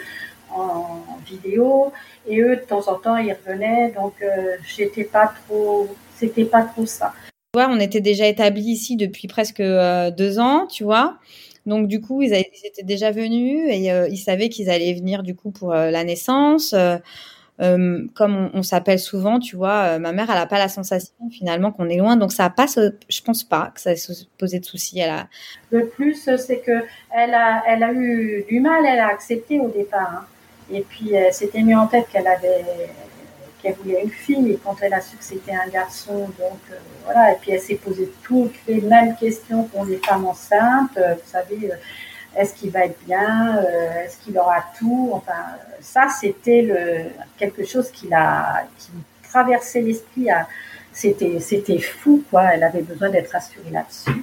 en vidéo. Et eux, de temps en temps, ils revenaient, donc euh, j'étais pas trop, c'était pas trop ça. Ouais, on était déjà établis ici depuis presque euh, deux ans, tu vois. Donc du coup, ils, avaient, ils étaient déjà venus et euh, ils savaient qu'ils allaient venir du coup pour euh, la naissance. Euh, euh, comme on, on s'appelle souvent, tu vois, euh, ma mère, elle a pas la sensation finalement qu'on est loin, donc ça a pas, je pense pas que ça ait posé de soucis. Elle a. Le plus, c'est que elle a, elle a eu du mal, elle a accepté au départ. Hein. Et puis, elle s'était mis en tête qu'elle avait, qu'elle voulait une fille. Et quand elle a su que c'était un garçon, donc euh, voilà. Et puis, elle s'est posé toutes les mêmes questions qu'ont les femmes enceintes. Euh, vous savez, euh, est-ce qu'il va être bien? euh, Est-ce qu'il aura tout? Enfin, ça, c'était le, quelque chose qui l'a, qui traversait l'esprit. À, c'était, c'était fou, quoi. Elle avait besoin d'être rassurée là-dessus.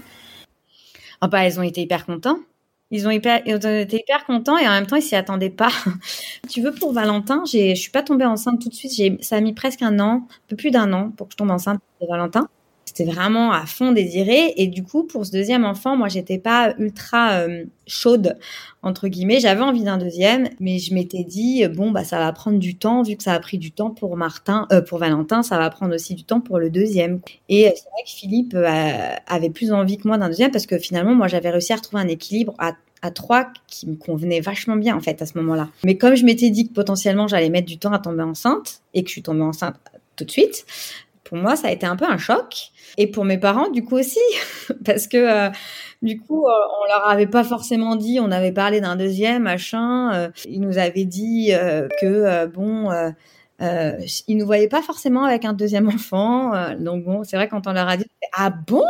Oh bah, elles ont été hyper contents. Ils ont, hyper, ils ont été hyper contents et en même temps, ils s'y attendaient pas. Tu veux, pour Valentin, j'ai, je suis pas tombée enceinte tout de suite. J'ai, ça a mis presque un an, un peu plus d'un an pour que je tombe enceinte de Valentin. C'était vraiment à fond désiré. Et du coup, pour ce deuxième enfant, moi, j'étais pas ultra euh, chaude, entre guillemets. J'avais envie d'un deuxième, mais je m'étais dit, bon, bah, ça va prendre du temps. Vu que ça a pris du temps pour Martin, euh, pour Valentin, ça va prendre aussi du temps pour le deuxième. Et euh, c'est vrai que Philippe euh, avait plus envie que moi d'un deuxième parce que finalement, moi, j'avais réussi à retrouver un équilibre à à trois qui me convenait vachement bien en fait à ce moment-là. Mais comme je m'étais dit que potentiellement j'allais mettre du temps à tomber enceinte et que je suis tombée enceinte tout de suite, pour moi, ça a été un peu un choc. Et pour mes parents, du coup aussi, parce que euh, du coup, euh, on leur avait pas forcément dit, on avait parlé d'un deuxième, machin. Euh, ils nous avaient dit euh, que, euh, bon, euh, euh, ils nous voyaient pas forcément avec un deuxième enfant. Euh, donc bon, c'est vrai, quand on leur a dit, ah bon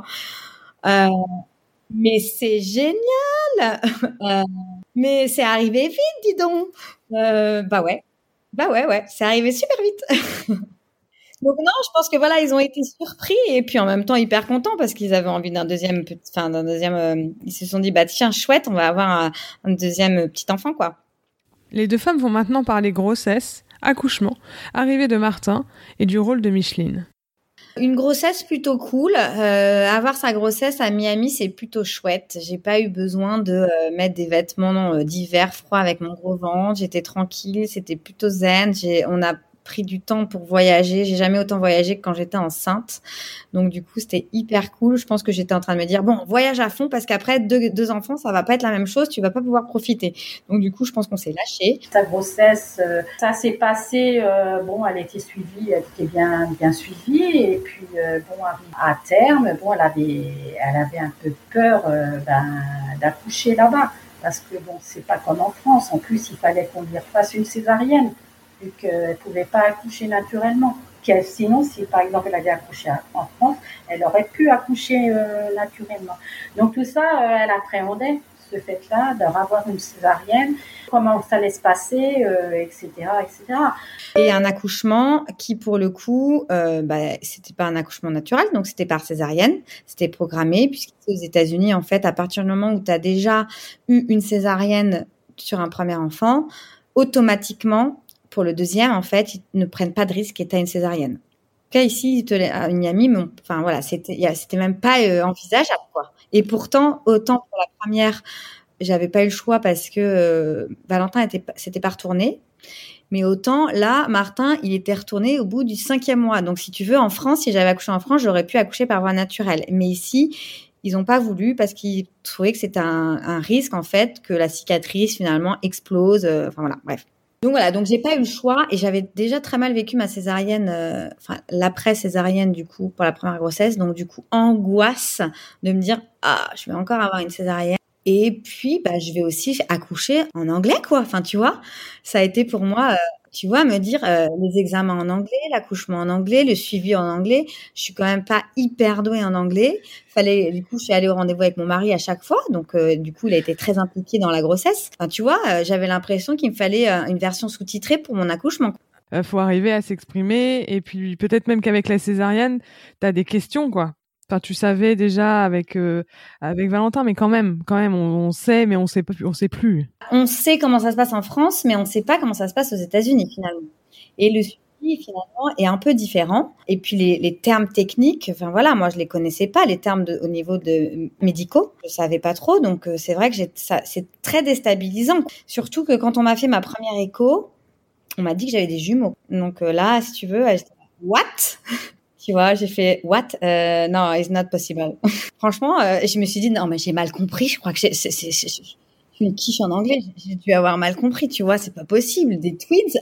euh, mais c'est génial euh, mais c'est arrivé vite, dis donc. Euh, bah ouais, bah ouais, ouais, c'est arrivé super vite. Donc non, je pense que voilà, ils ont été surpris et puis en même temps hyper contents parce qu'ils avaient envie d'un deuxième petit, enfin d'un deuxième. Euh, ils se sont dit bah tiens chouette, on va avoir un, un deuxième petit enfant quoi. Les deux femmes vont maintenant parler grossesse, accouchement, arrivée de Martin et du rôle de Micheline. Une grossesse plutôt cool. Euh, avoir sa grossesse à Miami, c'est plutôt chouette. J'ai pas eu besoin de euh, mettre des vêtements euh, d'hiver froids avec mon gros ventre. J'étais tranquille, c'était plutôt zen. J'ai, on a pris du temps pour voyager. J'ai jamais autant voyagé que quand j'étais enceinte. Donc du coup, c'était hyper cool. Je pense que j'étais en train de me dire bon, voyage à fond parce qu'après deux, deux enfants, ça va pas être la même chose. Tu vas pas pouvoir profiter. Donc du coup, je pense qu'on s'est lâché. Sa grossesse, euh, ça s'est passé. Euh, bon, elle était suivie, elle était bien bien suivie. Et puis euh, bon, à terme, bon, elle avait elle avait un peu peur euh, ben, d'accoucher là-bas parce que bon, c'est pas comme en France. En plus, il fallait qu'on lui refasse une césarienne, vu qu'elle ne pouvait pas accoucher naturellement. Sinon, si par exemple elle avait accouché en France, elle aurait pu accoucher euh, naturellement. Donc tout ça, euh, elle appréhendait ce fait-là, d'avoir une césarienne, comment ça allait se passer, euh, et cetera, et cetera. Et un accouchement qui, pour le coup, euh, bah, c'était pas un accouchement naturel, donc c'était par césarienne, c'était programmé, puisqu'aux États-Unis, en fait, à partir du moment où tu as déjà eu une césarienne sur un premier enfant, automatiquement, pour le deuxième, en fait, ils ne prennent pas de risque et tu as une césarienne. En tout cas, ici, à Miami, bon, enfin voilà, c'était, c'était même pas euh, envisageable, quoi. Et pourtant, autant pour la première, j'avais pas eu le choix parce que euh, Valentin était, s'était pas retourné. Mais autant, là, Martin, il était retourné au bout du cinquième mois. Donc, si tu veux, en France, si j'avais accouché en France, j'aurais pu accoucher par voie naturelle. Mais ici, ils n'ont pas voulu parce qu'ils trouvaient que c'était un, un risque, en fait, que la cicatrice, finalement, explose. Euh, enfin, voilà, bref. Donc voilà, donc j'ai pas eu le choix et j'avais déjà très mal vécu ma césarienne, euh, enfin l'après césarienne du coup pour la première grossesse, donc du coup angoisse de me dire ah je vais encore avoir une césarienne et puis bah je vais aussi accoucher en anglais quoi, enfin tu vois, ça a été pour moi euh, tu vois me dire euh, les examens en anglais, l'accouchement en anglais, le suivi en anglais, je suis quand même pas hyper douée en anglais. Fallait, du coup, je suis allée au rendez-vous avec mon mari à chaque fois. Donc, euh, du coup, il a été très impliqué dans la grossesse. Enfin, tu vois, euh, j'avais l'impression qu'il me fallait euh, une version sous-titrée pour mon accouchement. Il euh, faut arriver à s'exprimer. Et puis, peut-être même qu'avec la césarienne, tu as des questions, quoi. Enfin, tu savais déjà avec, euh, avec Valentin, mais quand même, quand même, on, on sait, mais on sait, on sait plus. On sait comment ça se passe en France, mais on ne sait pas comment ça se passe aux États-Unis, finalement. Et le finalement est un peu différent et puis les, les termes techniques enfin voilà moi je les connaissais pas les termes de, au niveau de médicaux je savais pas trop donc euh, c'est vrai que j'ai, ça c'est très déstabilisant surtout que quand on m'a fait ma première écho on m'a dit que j'avais des jumeaux donc euh, là si tu veux j'étais what tu vois j'ai fait what euh, non it's not possible franchement euh, je me suis dit non mais j'ai mal compris je crois que j'ai, c'est, c'est, c'est, je suis une quiche en anglais j'ai dû avoir mal compris tu vois c'est pas possible des twins.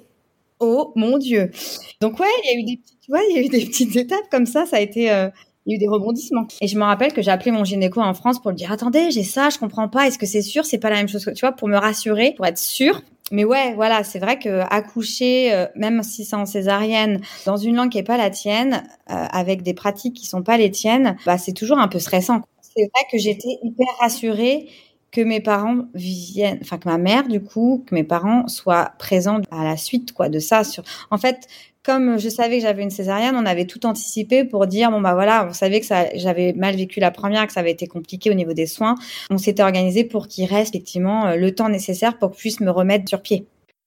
Oh mon Dieu. Donc ouais, il y a eu des petites, tu vois, il y a eu des petites étapes comme ça, ça a été euh, il y a eu des rebondissements. Et je me rappelle que j'ai appelé mon gynéco en France pour lui dire attendez, j'ai ça, je comprends pas, est-ce que c'est sûr, c'est pas la même chose que tu vois pour me rassurer, pour être sûre. Mais ouais, voilà, c'est vrai que accoucher euh, même si c'est en césarienne dans une langue qui est pas la tienne euh, avec des pratiques qui sont pas les tiennes, bah c'est toujours un peu stressant. C'est vrai que j'étais hyper rassurée que mes parents viennent, enfin que ma mère du coup, que mes parents soient présents à la suite quoi de ça. Sur, en fait, comme je savais que j'avais une césarienne, on avait tout anticipé pour dire bon bah voilà, on savait que ça, j'avais mal vécu la première, que ça avait été compliqué au niveau des soins. On s'était organisé pour qu'il reste effectivement le temps nécessaire pour que je puisse me remettre sur pied.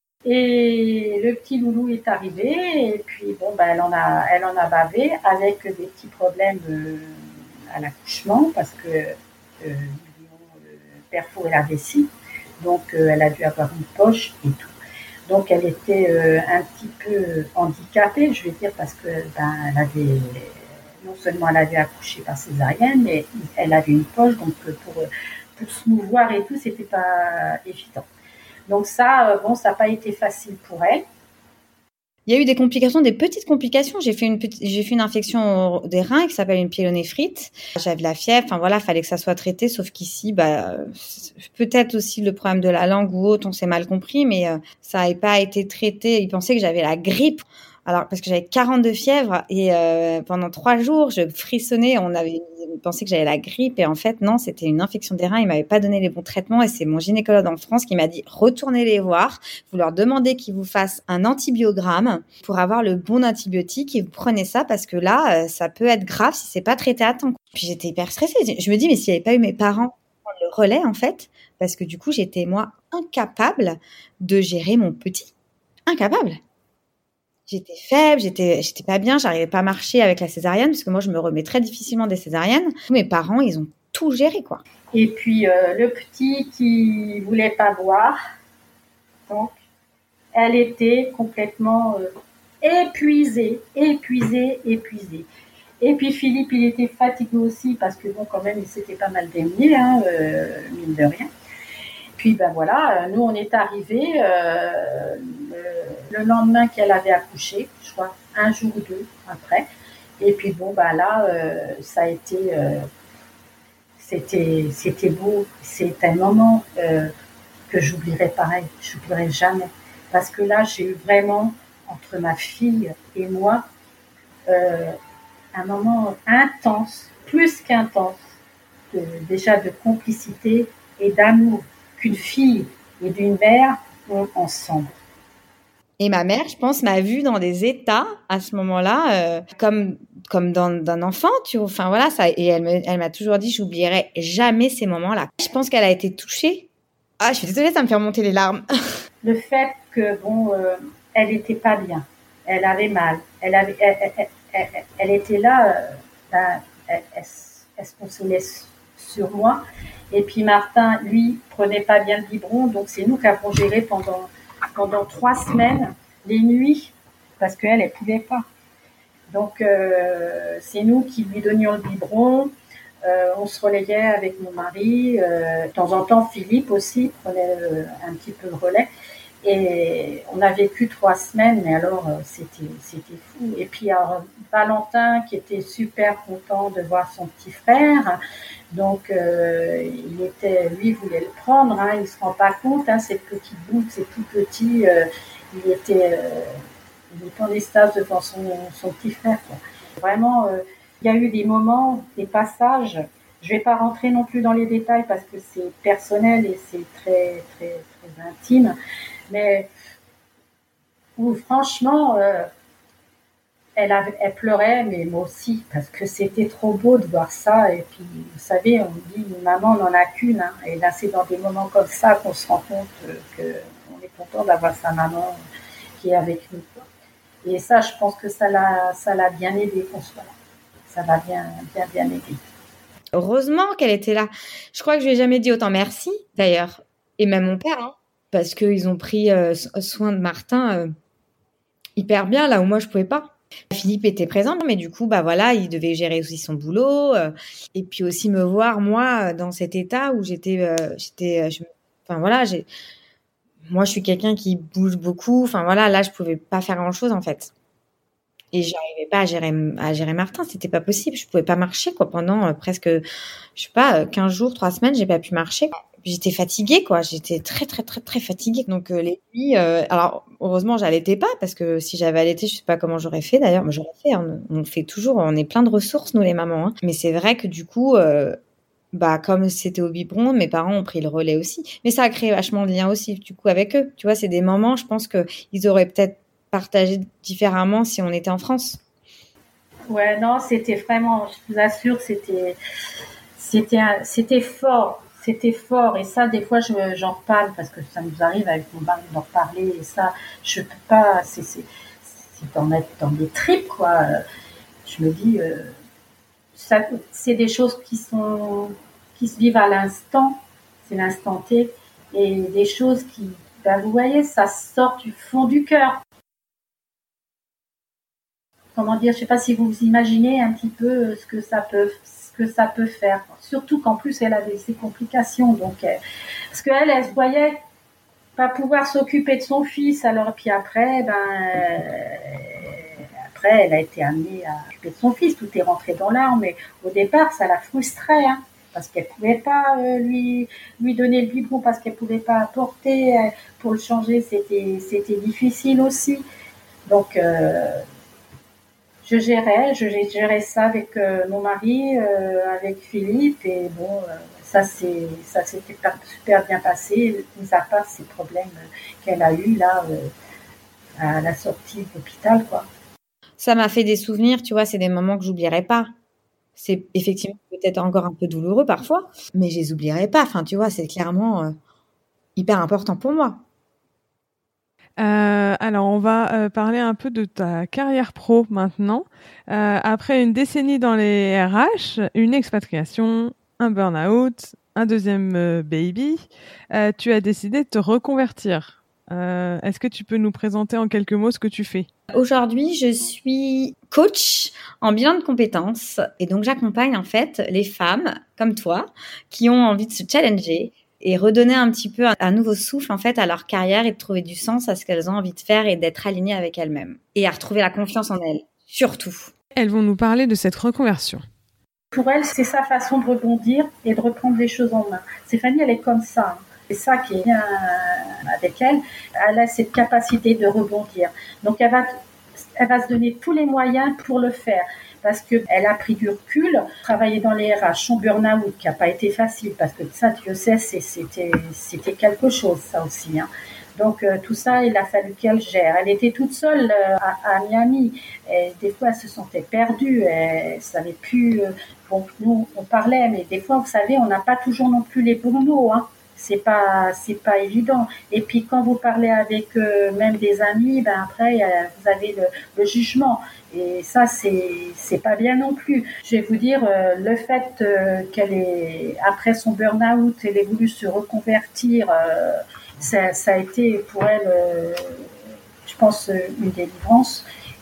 Et le petit loulou est arrivé et puis bon bah elle en a, elle en a bavé avec des petits problèmes euh, à l'accouchement parce que euh, perforer la vessie, donc euh, elle a dû avoir une poche et tout. Donc elle était euh, un petit peu handicapée, je vais dire, parce que ben elle avait non seulement elle avait accouché par césarienne, mais elle avait une poche, donc pour pour se mouvoir et tout, c'était pas évident. Donc ça, euh, bon, ça n'a pas été facile pour elle. Il y a eu des complications, des petites complications. J'ai fait une petite, j'ai fait une infection des reins qui s'appelle une pyélonéphrite. J'avais la fièvre. Enfin voilà, fallait que ça soit traité. Sauf qu'ici, bah, peut-être aussi le problème de la langue ou autre, on s'est mal compris, mais euh, ça n'avait pas été traité. Ils pensaient que j'avais la grippe. Alors, parce que j'avais quarante-deux fièvres et euh, pendant trois jours, je frissonnais. On avait pensé que j'avais la grippe et en fait, non, c'était une infection des reins. Ils m'avaient pas donné les bons traitements et c'est mon gynécologue en France qui m'a dit retournez les voir. Vous leur demandez qu'ils vous fassent un antibiogramme pour avoir le bon antibiotique et vous prenez ça parce que là, euh, ça peut être grave si c'est pas traité à temps. Puis j'étais hyper stressée. Je me dis mais s'il n'y avait pas eu mes parents prendre le relais en fait, parce que du coup, j'étais moi incapable de gérer mon petit, incapable. J'étais faible, j'étais, j'étais pas bien, j'arrivais pas à marcher avec la césarienne parce que moi je me remets très difficilement des césariennes. Mes parents, ils ont tout géré quoi. Et puis euh, le petit qui voulait pas boire, donc elle était complètement euh, épuisée, épuisée, épuisée. Et puis Philippe, il était fatigué aussi parce que bon quand même il s'était pas mal baigné, hein, euh, mine de rien. Puis ben voilà, nous on est arrivés euh, le, le lendemain qu'elle avait accouché, je crois un jour ou deux après. Et puis bon ben là, euh, ça a été, euh, c'était, c'était beau. C'est un moment euh, que j'oublierai pareil, j'oublierai jamais. Parce que là, j'ai eu vraiment entre ma fille et moi euh, un moment intense, plus qu'intense, de, déjà de complicité et d'amour qu'une fille et d'une mère ont ensemble. Et ma mère, je pense, m'a vue dans des états à ce moment-là, euh, comme comme dans, d'un enfant, tu vois. Enfin voilà, ça. Et elle me, elle m'a toujours dit, j'oublierai jamais ces moments-là. Je pense qu'elle a été touchée. Ah, je suis désolée, ça me fait remonter les larmes. Le fait que bon, euh, elle était pas bien, elle avait mal, elle avait, elle, elle, elle, elle, elle était là, euh, ben, elle, elle, elle se consolait sur moi. Et puis Martin, lui, prenait pas bien le biberon, donc c'est nous qui avons géré pendant pendant trois semaines les nuits parce qu'elle, elle pouvait pas. Donc euh, c'est nous qui lui donnions le biberon. Euh, on se relayait avec mon mari. Euh, de temps en temps, Philippe aussi prenait euh, un petit peu le relais. Et on a vécu trois semaines, mais alors euh, c'était c'était fou. Et puis alors, Valentin qui était super content de voir son petit frère. Donc, euh, il était, lui, il voulait le prendre, hein, il se rend pas compte, hein, cette petite boule, c'est tout petit, euh, il était, euh, il était en extase devant son, son petit frère, quoi. Vraiment, euh, il y a eu des moments, des passages, je vais pas rentrer non plus dans les détails parce que c'est personnel et c'est très, très, très intime, mais où franchement, euh, Elle, avait, elle pleurait, mais moi aussi, parce que c'était trop beau de voir ça. Et puis, vous savez, on dit, une maman n'en a qu'une. Hein, et là, c'est dans des moments comme ça qu'on se rend compte qu'on est content d'avoir sa maman qui est avec nous. Et ça, je pense que ça l'a, ça l'a bien aidé qu'on soit là. Ça l'a bien, bien, bien aidé. Heureusement qu'elle était là. Je crois que je lui ai jamais dit autant merci, d'ailleurs. Et même mon père, hein, parce qu'ils ont pris euh, soin de Martin euh, hyper bien, là où moi, je pouvais pas. Philippe était présent, mais du coup, bah voilà, il devait gérer aussi son boulot, euh, et puis aussi me voir moi dans cet état où j'étais, euh, j'étais, je, enfin voilà, j'ai, moi je suis quelqu'un qui bouge beaucoup, enfin voilà, là je pouvais pas faire grand chose en fait, et j'arrivais pas à gérer, à gérer Martin, c'était pas possible, je pouvais pas marcher quoi pendant euh, presque, je sais pas, quinze jours, trois semaines, j'ai pas pu marcher. J'étais fatiguée, quoi. J'étais très, très, très, très fatiguée. Donc, euh, les nuits, euh, alors, heureusement, j'allaitais pas, parce que si j'avais allaité, je sais pas comment j'aurais fait, d'ailleurs. Mais j'aurais fait, hein. On fait toujours, on est plein de ressources, nous, les mamans, hein. Mais c'est vrai que, du coup, euh, bah, comme c'était au biberon, mes parents ont pris le relais aussi. Mais ça a créé vachement de lien aussi, du coup, avec eux. Tu vois, c'est des moments, je pense qu'ils auraient peut-être partagé différemment si on était en France. Ouais, non, c'était vraiment, je vous assure, c'était, c'était, un, c'était fort. C'était fort et ça des fois je, j'en reparle parce que ça nous arrive avec mon mari d'en reparler et ça je peux pas, c'est, c'est, c'est d'en être dans des tripes quoi. Je me dis euh, ça, c'est des choses qui sont qui se vivent à l'instant, c'est l'instant T et des choses qui, ben vous voyez, ça sort du fond du cœur. Comment dire, je sais pas si vous vous imaginez un petit peu ce que ça peut que ça peut faire. Surtout qu'en plus, elle avait ses complications. Donc, elle, parce qu'elle, elle se voyait pas pouvoir s'occuper de son fils. Alors puis après, ben euh, après, elle a été amenée à s'occuper de son fils. Tout est rentré dans l'art, mais au départ, ça la frustrait, hein, parce qu'elle pouvait pas euh, lui lui donner le biberon, parce qu'elle pouvait pas apporter. Euh, pour le changer, c'était c'était difficile aussi. Donc euh, je gérais, je gérais ça avec euh, mon mari, euh, avec Philippe, et bon, euh, ça c'est ça s'était super bien passé, mis à part ces problèmes qu'elle a eu là euh, à la sortie de l'hôpital, quoi. Ça m'a fait des souvenirs, tu vois, c'est des moments que j'oublierai pas. C'est effectivement peut-être encore un peu douloureux parfois, mais je les oublierai pas. Enfin, tu vois, c'est clairement euh, hyper important pour moi. Euh, alors, on va euh, parler un peu de ta carrière pro maintenant. Euh, après une décennie dans les R H, une expatriation, un burn-out, un deuxième euh, baby, euh, tu as décidé de te reconvertir. Euh, est-ce que tu peux nous présenter en quelques mots ce que tu fais ? Aujourd'hui, je suis coach en bilan de compétences et donc j'accompagne en fait les femmes comme toi qui ont envie de se challenger et redonner un petit peu un, un nouveau souffle en fait à leur carrière et de trouver du sens à ce qu'elles ont envie de faire et d'être alignées avec elles-mêmes et à retrouver la confiance en elles, surtout. Elles vont nous parler de cette reconversion. Pour elle, c'est sa façon de rebondir et de reprendre les choses en main. Stéphanie, elle est comme ça. C'est ça qui est bien avec elle. Elle a cette capacité de rebondir. Donc, elle va, elle va se donner tous les moyens pour le faire. Parce qu'elle a pris du recul, travailler dans les R H, son burn-out qui n'a pas été facile, parce que ça, Dieu sait, c'était, c'était quelque chose, ça aussi, hein. Donc euh, tout ça, il a fallu qu'elle gère. Elle était toute seule euh, à, à Miami. Et des fois, elle se sentait perdue. Elle savait plus. Euh, bon, nous, on parlait, mais des fois, vous savez, on n'a pas toujours non plus les bons mots, hein. C'est pas, c'est pas évident. Et puis quand vous parlez avec euh, même des amis, ben après, euh, vous avez le, le jugement. Et ça, c'est, c'est pas bien non plus. Je vais vous dire, euh, le fait euh, qu'elle est après son burn-out, elle ait voulu se reconvertir. Euh, Ça, ça a été pour elle, euh, je pense, une délivrance.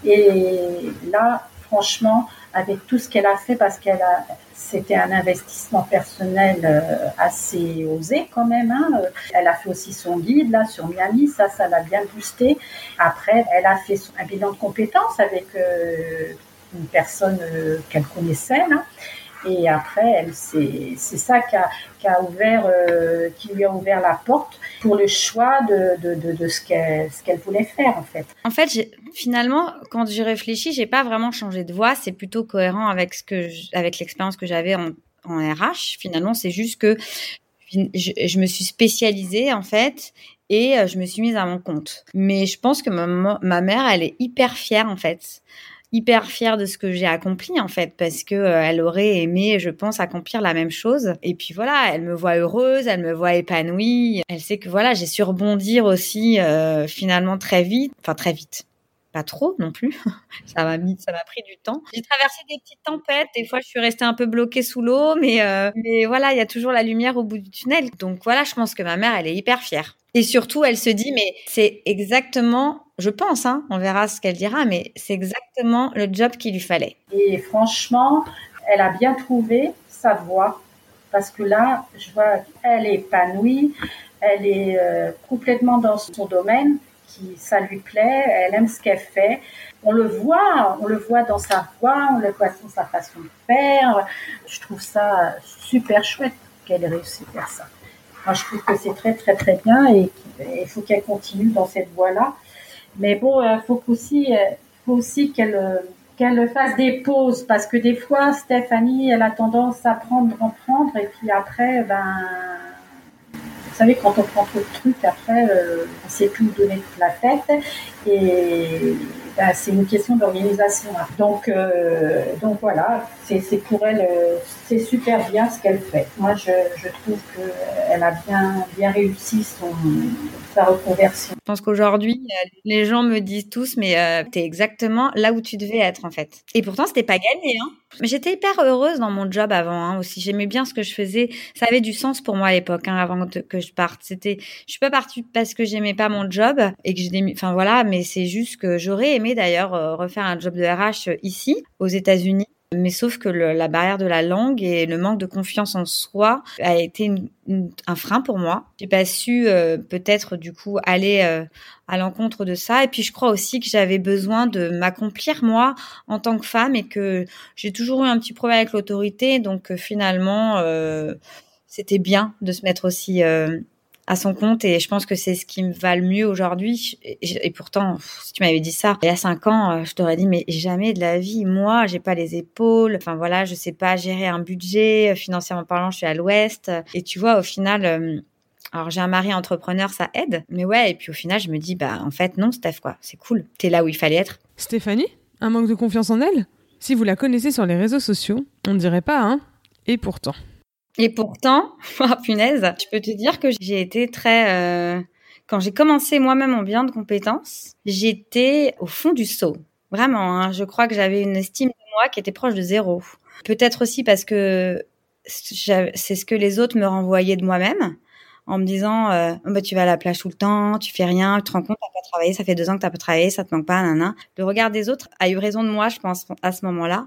Et là, franchement, avec tout ce qu'elle a fait, parce qu'elle a, c'était un investissement personnel euh, assez osé quand même, hein. Elle a fait aussi son guide là sur Miami, ça, ça l'a bien boosté. Après, elle a fait son, un bilan de compétences avec euh, une personne euh, qu'elle connaissait là. Et après, elle, c'est, c'est ça qui a, qui a ouvert, euh, qui lui a ouvert la porte pour le choix de, de, de, de ce qu'elle, ce qu'elle voulait faire, en fait. En fait, j'ai, finalement, quand j'y réfléchis, j'ai pas vraiment changé de voie. C'est plutôt cohérent avec ce que, je, avec l'expérience que j'avais en, en R H. Finalement, c'est juste que je, je me suis spécialisée, en fait, et je me suis mise à mon compte. Mais je pense que ma, ma mère, elle est hyper fière, en fait. hyper fière de ce que j'ai accompli en fait parce que euh, elle aurait aimé, je pense, accomplir la même chose. Et puis voilà, elle me voit heureuse, elle me voit épanouie. Elle sait que voilà, j'ai su rebondir aussi euh, finalement très vite, enfin très vite. Pas trop non plus. ça m'a mis, ça m'a pris du temps. J'ai traversé des petites tempêtes. Des fois, je suis restée un peu bloquée sous l'eau, mais euh, mais voilà, il y a toujours la lumière au bout du tunnel. Donc voilà, je pense que ma mère, elle est hyper fière. Et surtout, elle se dit, mais c'est exactement, je pense, hein, on verra ce qu'elle dira, mais c'est exactement le job qu'il lui fallait. Et franchement, elle a bien trouvé sa voie, parce que là, je vois qu'elle est épanouie, elle est euh, complètement dans son domaine, qui ça lui plaît, elle aime ce qu'elle fait. On le voit, on le voit dans sa voix, on le voit dans sa façon de faire. Je trouve ça super chouette qu'elle ait réussi à faire ça. Moi, je trouve que c'est très, très, très bien et il faut qu'elle continue dans cette voie-là. Mais bon, il faut aussi, faut aussi qu'elle, qu'elle fasse des pauses parce que des fois, Stéphanie, elle a tendance à prendre, en prendre et puis après, ben, vous savez, quand on prend trop de trucs, après, euh, on ne sait plus où donner toute la fête et ben, c'est une question d'organisation. Donc, euh, donc voilà, c'est, c'est pour elle, euh, c'est super bien ce qu'elle fait. Moi, je, je trouve qu'elle a bien, bien réussi son, sa reconversion. Je pense qu'aujourd'hui, les gens me disent tous, mais euh, t'es exactement là où tu devais être en fait. Et pourtant, c'était pas gagné, hein. Mais j'étais hyper heureuse dans mon job avant, hein, aussi. J'aimais bien ce que je faisais. Ça avait du sens pour moi à l'époque, hein, avant que je parte. C'était, je suis pas partie parce que j'aimais pas mon job et que je l'ai mis, enfin voilà, mais c'est juste que j'aurais aimé d'ailleurs euh, refaire un job de R H ici, aux États-Unis. Mais sauf que le, la barrière de la langue et le manque de confiance en soi a été une, une, un frein pour moi. J'ai pas su euh, peut-être du coup aller euh, à l'encontre de ça. Et puis je crois aussi que j'avais besoin de m'accomplir moi en tant que femme et que j'ai toujours eu un petit problème avec l'autorité. Donc euh, finalement, euh, c'était bien de se mettre aussi euh, à son compte et je pense que c'est ce qui me va le mieux aujourd'hui. Et, et pourtant, si tu m'avais dit ça il y a cinq ans, je t'aurais dit mais jamais de la vie. Moi, j'ai pas les épaules. Enfin voilà, je sais pas gérer un budget. Financièrement parlant, je suis à l'ouest. Et tu vois, au final, euh, alors j'ai un mari entrepreneur, ça aide. Mais ouais, et puis au final, je me dis bah en fait non, Steph quoi, c'est cool. T'es là où il fallait être. Stéphanie, un manque de confiance en elle ? Si vous la connaissez sur les réseaux sociaux, on ne dirait pas, hein ? Et pourtant. Et pourtant, oh, punaise, je peux te dire que j'ai été très... Euh, quand j'ai commencé moi-même mon bilan de compétences, j'étais au fond du seau. Vraiment, hein, je crois que j'avais une estime de moi qui était proche de zéro. Peut-être aussi parce que c'est ce que les autres me renvoyaient de moi-même, en me disant euh, oh, bah, tu vas à la plage tout le temps, tu fais rien, tu te rends compte, t'as pas travaillé, ça fait deux ans que t'as pas travaillé, ça te manque pas, nanana. Le regard des autres a eu raison de moi, je pense, à ce moment-là.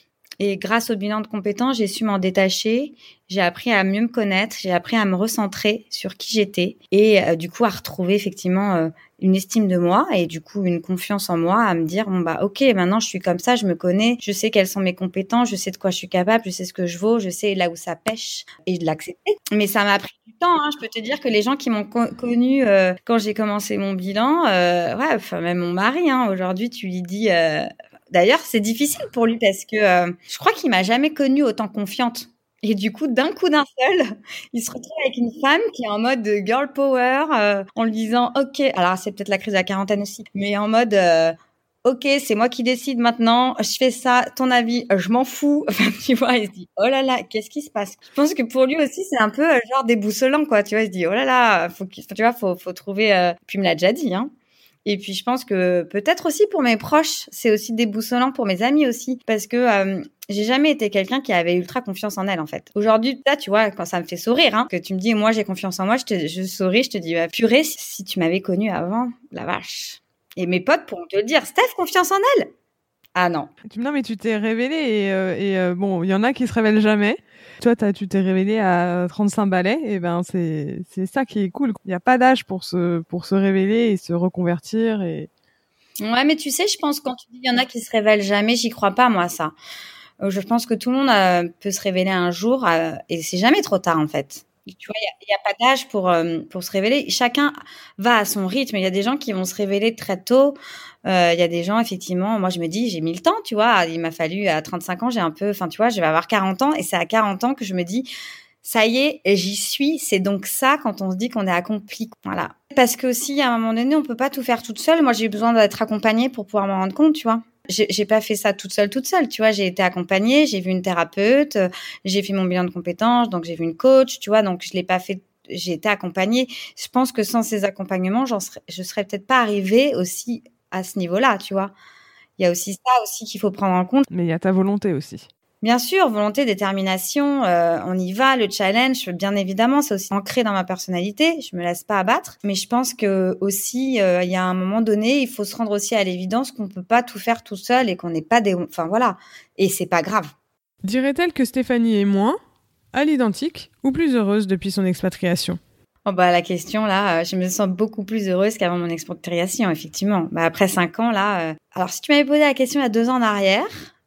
Et grâce au bilan de compétences, j'ai su m'en détacher. J'ai appris à mieux me connaître. J'ai appris à me recentrer sur qui j'étais. Et euh, du coup, à retrouver effectivement euh, une estime de moi et du coup, une confiance en moi, à me dire, bon bah ok, maintenant je suis comme ça, je me connais, je sais quelles sont mes compétences, je sais de quoi je suis capable, je sais ce que je vaux, je sais là où ça pêche et de l'accepter. Mais ça m'a pris du temps. Hein. Je peux te dire que les gens qui m'ont co- connue euh, quand j'ai commencé mon bilan, euh, ouais, enfin même mon mari, hein, aujourd'hui, tu lui dis... Euh, D'ailleurs, c'est difficile pour lui parce que euh, je crois qu'il m'a jamais connue autant confiante. Et du coup, d'un coup d'un seul, il se retrouve avec une femme qui est en mode girl power, euh, en lui disant « Ok », alors c'est peut-être la crise de la quarantaine aussi, mais en mode euh, « Ok, c'est moi qui décide maintenant, je fais ça, ton avis, je m'en fous ». Enfin, tu vois, il se dit « Oh là là, qu'est-ce qui se passe ?» Je pense que pour lui aussi, c'est un peu euh, genre déboussolant, quoi. Tu vois, il se dit « Oh là là, faut qu'il, tu vois, faut, faut trouver… Euh... » Puis il me l'a déjà dit, hein. Et puis je pense que peut-être aussi pour mes proches, c'est aussi déboussolant pour mes amis aussi, parce que euh, j'ai jamais été quelqu'un qui avait ultra confiance en elle en fait. Aujourd'hui, là, tu vois, quand ça me fait sourire, hein, que tu me dis moi j'ai confiance en moi, je te, je souris, je te dis bah, purée, si, si tu m'avais connue avant, la vache. Et mes potes pourront te le dire, Steph, confiance en elle. Ah non. Non mais tu t'es révélée et, euh, et euh, bon, il y en a qui se révèlent jamais. Toi, t'as, tu t'es révélée à trente-cinq balais, et ben c'est c'est ça qui est cool. Il n'y a pas d'âge pour se pour se révéler et se reconvertir. Et... Ouais, mais tu sais, je pense quand tu dis il y en a qui se révèlent jamais, j'y crois pas moi ça. Je pense que tout le monde euh, peut se révéler un jour euh, et c'est jamais trop tard en fait. Tu vois, il y, y a pas d'âge pour euh, pour se révéler. Chacun va à son rythme. Il y a des gens qui vont se révéler très tôt. Il euh, y a des gens effectivement. Moi, je me dis, j'ai mis le temps. Tu vois, il m'a fallu à trente-cinq ans. J'ai un peu, enfin, tu vois, je vais avoir quarante ans et c'est à quarante ans que je me dis, ça y est, j'y suis. C'est donc ça quand on se dit qu'on est accompli. Voilà. Parce que aussi, à un moment donné, on peut pas tout faire toute seule. Moi, j'ai eu besoin d'être accompagnée pour pouvoir m'en rendre compte. Tu vois. J'ai, j'ai pas fait ça toute seule, toute seule, tu vois. J'ai été accompagnée, j'ai vu une thérapeute, j'ai fait mon bilan de compétences, donc j'ai vu une coach, tu vois. Donc je l'ai pas fait, j'ai été accompagnée. Je pense que sans ces accompagnements, j'en serais, je serais peut-être pas arrivée aussi à ce niveau-là, tu vois. Il y a aussi ça aussi qu'il faut prendre en compte. Mais il y a ta volonté aussi. Bien sûr, volonté, détermination, euh, on y va, le challenge, bien évidemment, c'est aussi ancré dans ma personnalité, je me laisse pas abattre, mais je pense que aussi, euh, il y a un moment donné, il faut se rendre aussi à l'évidence qu'on peut pas tout faire tout seul et qu'on n'est pas des... Enfin voilà, et c'est pas grave. Dirait-elle que Stéphanie est moins, à l'identique, ou plus heureuse depuis son expatriation ? Oh bah la question là, je me sens beaucoup plus heureuse qu'avant mon expatriation, effectivement. Bah après cinq ans là, euh... alors si tu m'avais posé la question il y a deux ans en arrière...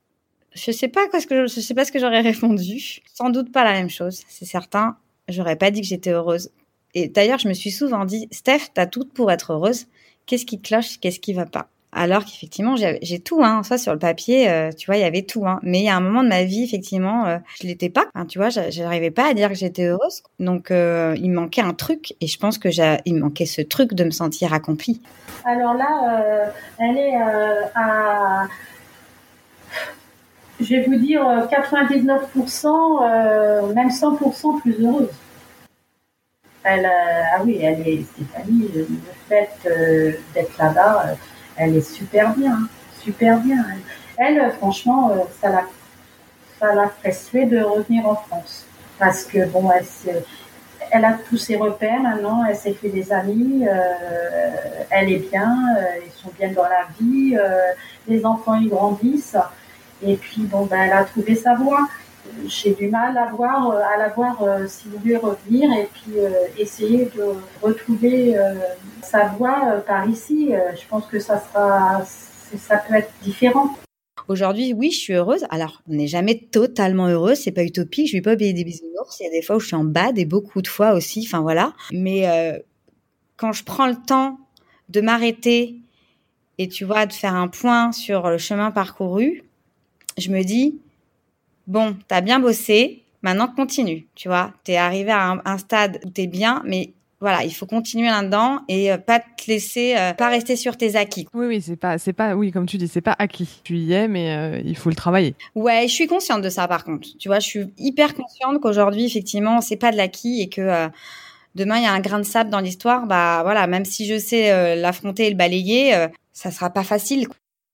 Je sais pas quoi ce que je, je sais pas ce que j'aurais répondu. Sans doute pas la même chose, c'est certain. J'aurais pas dit que j'étais heureuse. Et d'ailleurs, je me suis souvent dit, Steph, t'as tout pour être heureuse. Qu'est-ce qui cloche, qu'est-ce qui va pas? Alors qu'effectivement, j'ai, j'ai tout, hein. Ça, sur le papier, euh, tu vois, il y avait tout, hein. Mais il y a un moment de ma vie, effectivement, euh, je l'étais pas. Enfin, tu vois, j'arrivais pas à dire que j'étais heureuse. Donc, euh, il me manquait un truc. Et je pense que j'ai, il me manquait ce truc de me sentir accomplie. Alors là, euh, elle est euh, à... je vais vous dire quatre-vingt-dix-neuf pour cent, euh, même cent pour cent plus heureuse. Elle, euh, ah oui, elle est, Stéphanie, le fait euh, d'être là-bas, euh, elle est super bien, super bien. Elle, elle franchement, euh, ça la, ça la ferait suer de revenir en France. Parce que bon, elle, s'est, elle a tous ses repères maintenant, elle s'est fait des amis, euh, elle est bien, euh, ils sont bien dans la vie, euh, les enfants ils grandissent. Et puis, bon, ben, elle a trouvé sa voie. J'ai du mal à voir, à la voir euh, s'il voulait revenir et puis euh, essayer de retrouver euh, sa voie euh, par ici. Euh, je pense que ça sera, ça peut être différent. Aujourd'hui, oui, je suis heureuse. Alors, on n'est jamais totalement heureuse, c'est pas utopique. Je vais pas payer des bisounours. Il y a des fois où je suis en bad et beaucoup de fois aussi. Enfin voilà. Mais euh, quand je prends le temps de m'arrêter et tu vois de faire un point sur le chemin parcouru, je me dis bon, t'as bien bossé, maintenant continue. Tu vois, t'es arrivé à un, un stade où t'es bien, mais voilà, il faut continuer là-dedans et euh, pas te laisser, euh, pas rester sur tes acquis. Oui, oui, c'est pas, c'est pas, oui, comme tu dis, c'est pas acquis. Tu y es, mais euh, il faut le travailler. Ouais, je suis consciente de ça, par contre. Tu vois, je suis hyper consciente qu'aujourd'hui, effectivement, c'est pas de l'acquis et que euh, demain, il y a un grain de sable dans l'histoire. Bah voilà, même si je sais euh, l'affronter et le balayer, euh, ça sera pas facile.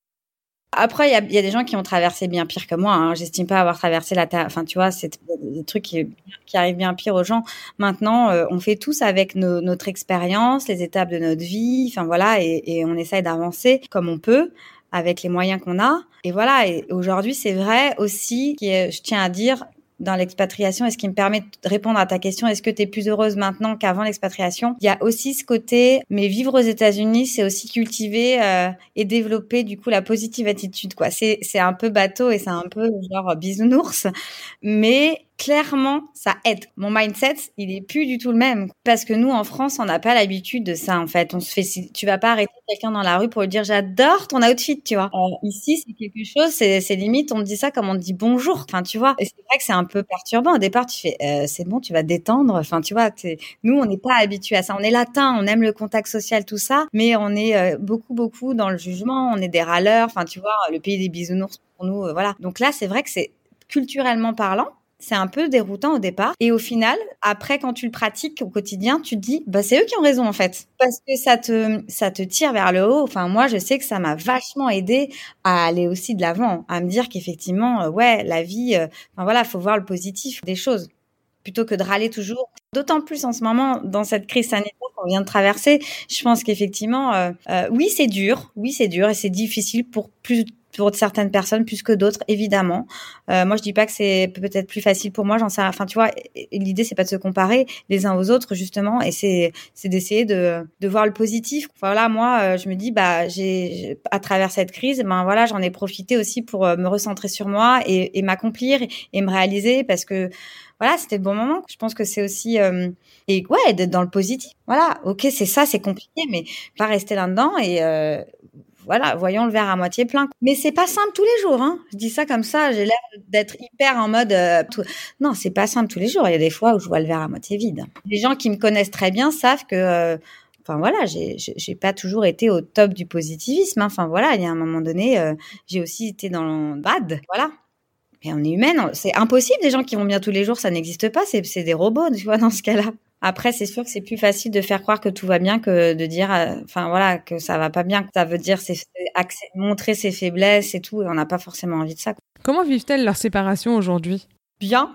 Après, il y a, y a des gens qui ont traversé bien pire que moi. Hein. J'estime pas avoir traversé la terre. Enfin, tu vois, c'est des trucs qui, qui arrivent bien pire aux gens. Maintenant, euh, on fait tous avec nos, notre expérience, les étapes de notre vie. Enfin voilà, et, et on essaye d'avancer comme on peut avec les moyens qu'on a. Et voilà. Et aujourd'hui, c'est vrai aussi, qui est, je tiens à dire, dans l'expatriation, et ce qui me permet de répondre à ta question, est-ce que tu es plus heureuse maintenant qu'avant l'expatriation? Il y a aussi ce côté, mais vivre aux États-Unis, c'est aussi cultiver euh, et développer du coup la positive attitude, quoi. C'est c'est un peu bateau et c'est un peu genre bisounours, mais clairement, ça aide. Mon mindset, il est plus du tout le même. Parce que nous, en France, on n'a pas l'habitude de ça, en fait. On se fait, tu vas pas arrêter quelqu'un dans la rue pour lui dire, j'adore ton outfit, tu vois. Euh, ici, c'est quelque chose, c'est, c'est limite, on te dit ça comme on te dit bonjour. Enfin, tu vois. Et c'est vrai que c'est un peu perturbant. Au départ, tu fais, euh, c'est bon, tu vas te détendre. Enfin, tu vois, t'es... nous, on n'est pas habitués à ça. On est latin, on aime le contact social, tout ça. Mais on est euh, beaucoup, beaucoup dans le jugement. On est des râleurs. Enfin, tu vois, le pays des bisounours pour nous, euh, voilà. Donc là, c'est vrai que c'est culturellement parlant. C'est un peu déroutant au départ. Et au final, après, quand tu le pratiques au quotidien, tu te dis, bah, c'est eux qui ont raison, en fait. Parce que ça te, ça te tire vers le haut. Enfin, moi, je sais que ça m'a vachement aidé à aller aussi de l'avant, à me dire qu'effectivement, euh, ouais, la vie, euh, enfin voilà, faut voir le positif des choses. Plutôt que de râler toujours. D'autant plus en ce moment, dans cette crise sanitaire qu'on vient de traverser, je pense qu'effectivement, euh, euh, oui, c'est dur. Oui, c'est dur et c'est difficile pour plus pour certaines personnes plus que d'autres, évidemment. Euh, moi, je dis pas que c'est peut-être plus facile pour moi, j'en sais rien. Enfin, tu vois, l'idée, c'est pas de se comparer les uns aux autres, justement, et c'est, c'est d'essayer de, de voir le positif. Enfin, voilà, moi, je me dis, bah, j'ai, à travers cette crise, ben voilà, j'en ai profité aussi pour me recentrer sur moi et, et m'accomplir et me réaliser parce que, voilà, c'était le bon moment. Je pense que c'est aussi euh, et ouais, d'être dans le positif. Voilà, ok, c'est ça, c'est compliqué, mais pas rester là-dedans et euh, voilà, voyons le verre à moitié plein. Mais c'est pas simple tous les jours. Hein. Je dis ça comme ça, j'ai l'air d'être hyper en mode. Euh, tout... Non, c'est pas simple tous les jours. Il y a des fois où je vois le verre à moitié vide. Les gens qui me connaissent très bien savent que. Euh, Enfin voilà, j'ai j'ai pas toujours été au top du positivisme. Hein. Enfin voilà, il y a un moment donné, euh, j'ai aussi été dans le bad. Voilà. Mais on est humaine, c'est impossible des gens qui vont bien tous les jours, ça n'existe pas, c'est, c'est des robots, tu vois, dans ce cas-là. Après, c'est sûr que c'est plus facile de faire croire que tout va bien que de dire, enfin euh, voilà, que ça va pas bien. Ça veut dire c'est, c'est montrer ses faiblesses et tout, et on n'a pas forcément envie de ça. Comment vivent-elles leur séparation aujourd'hui? Bien.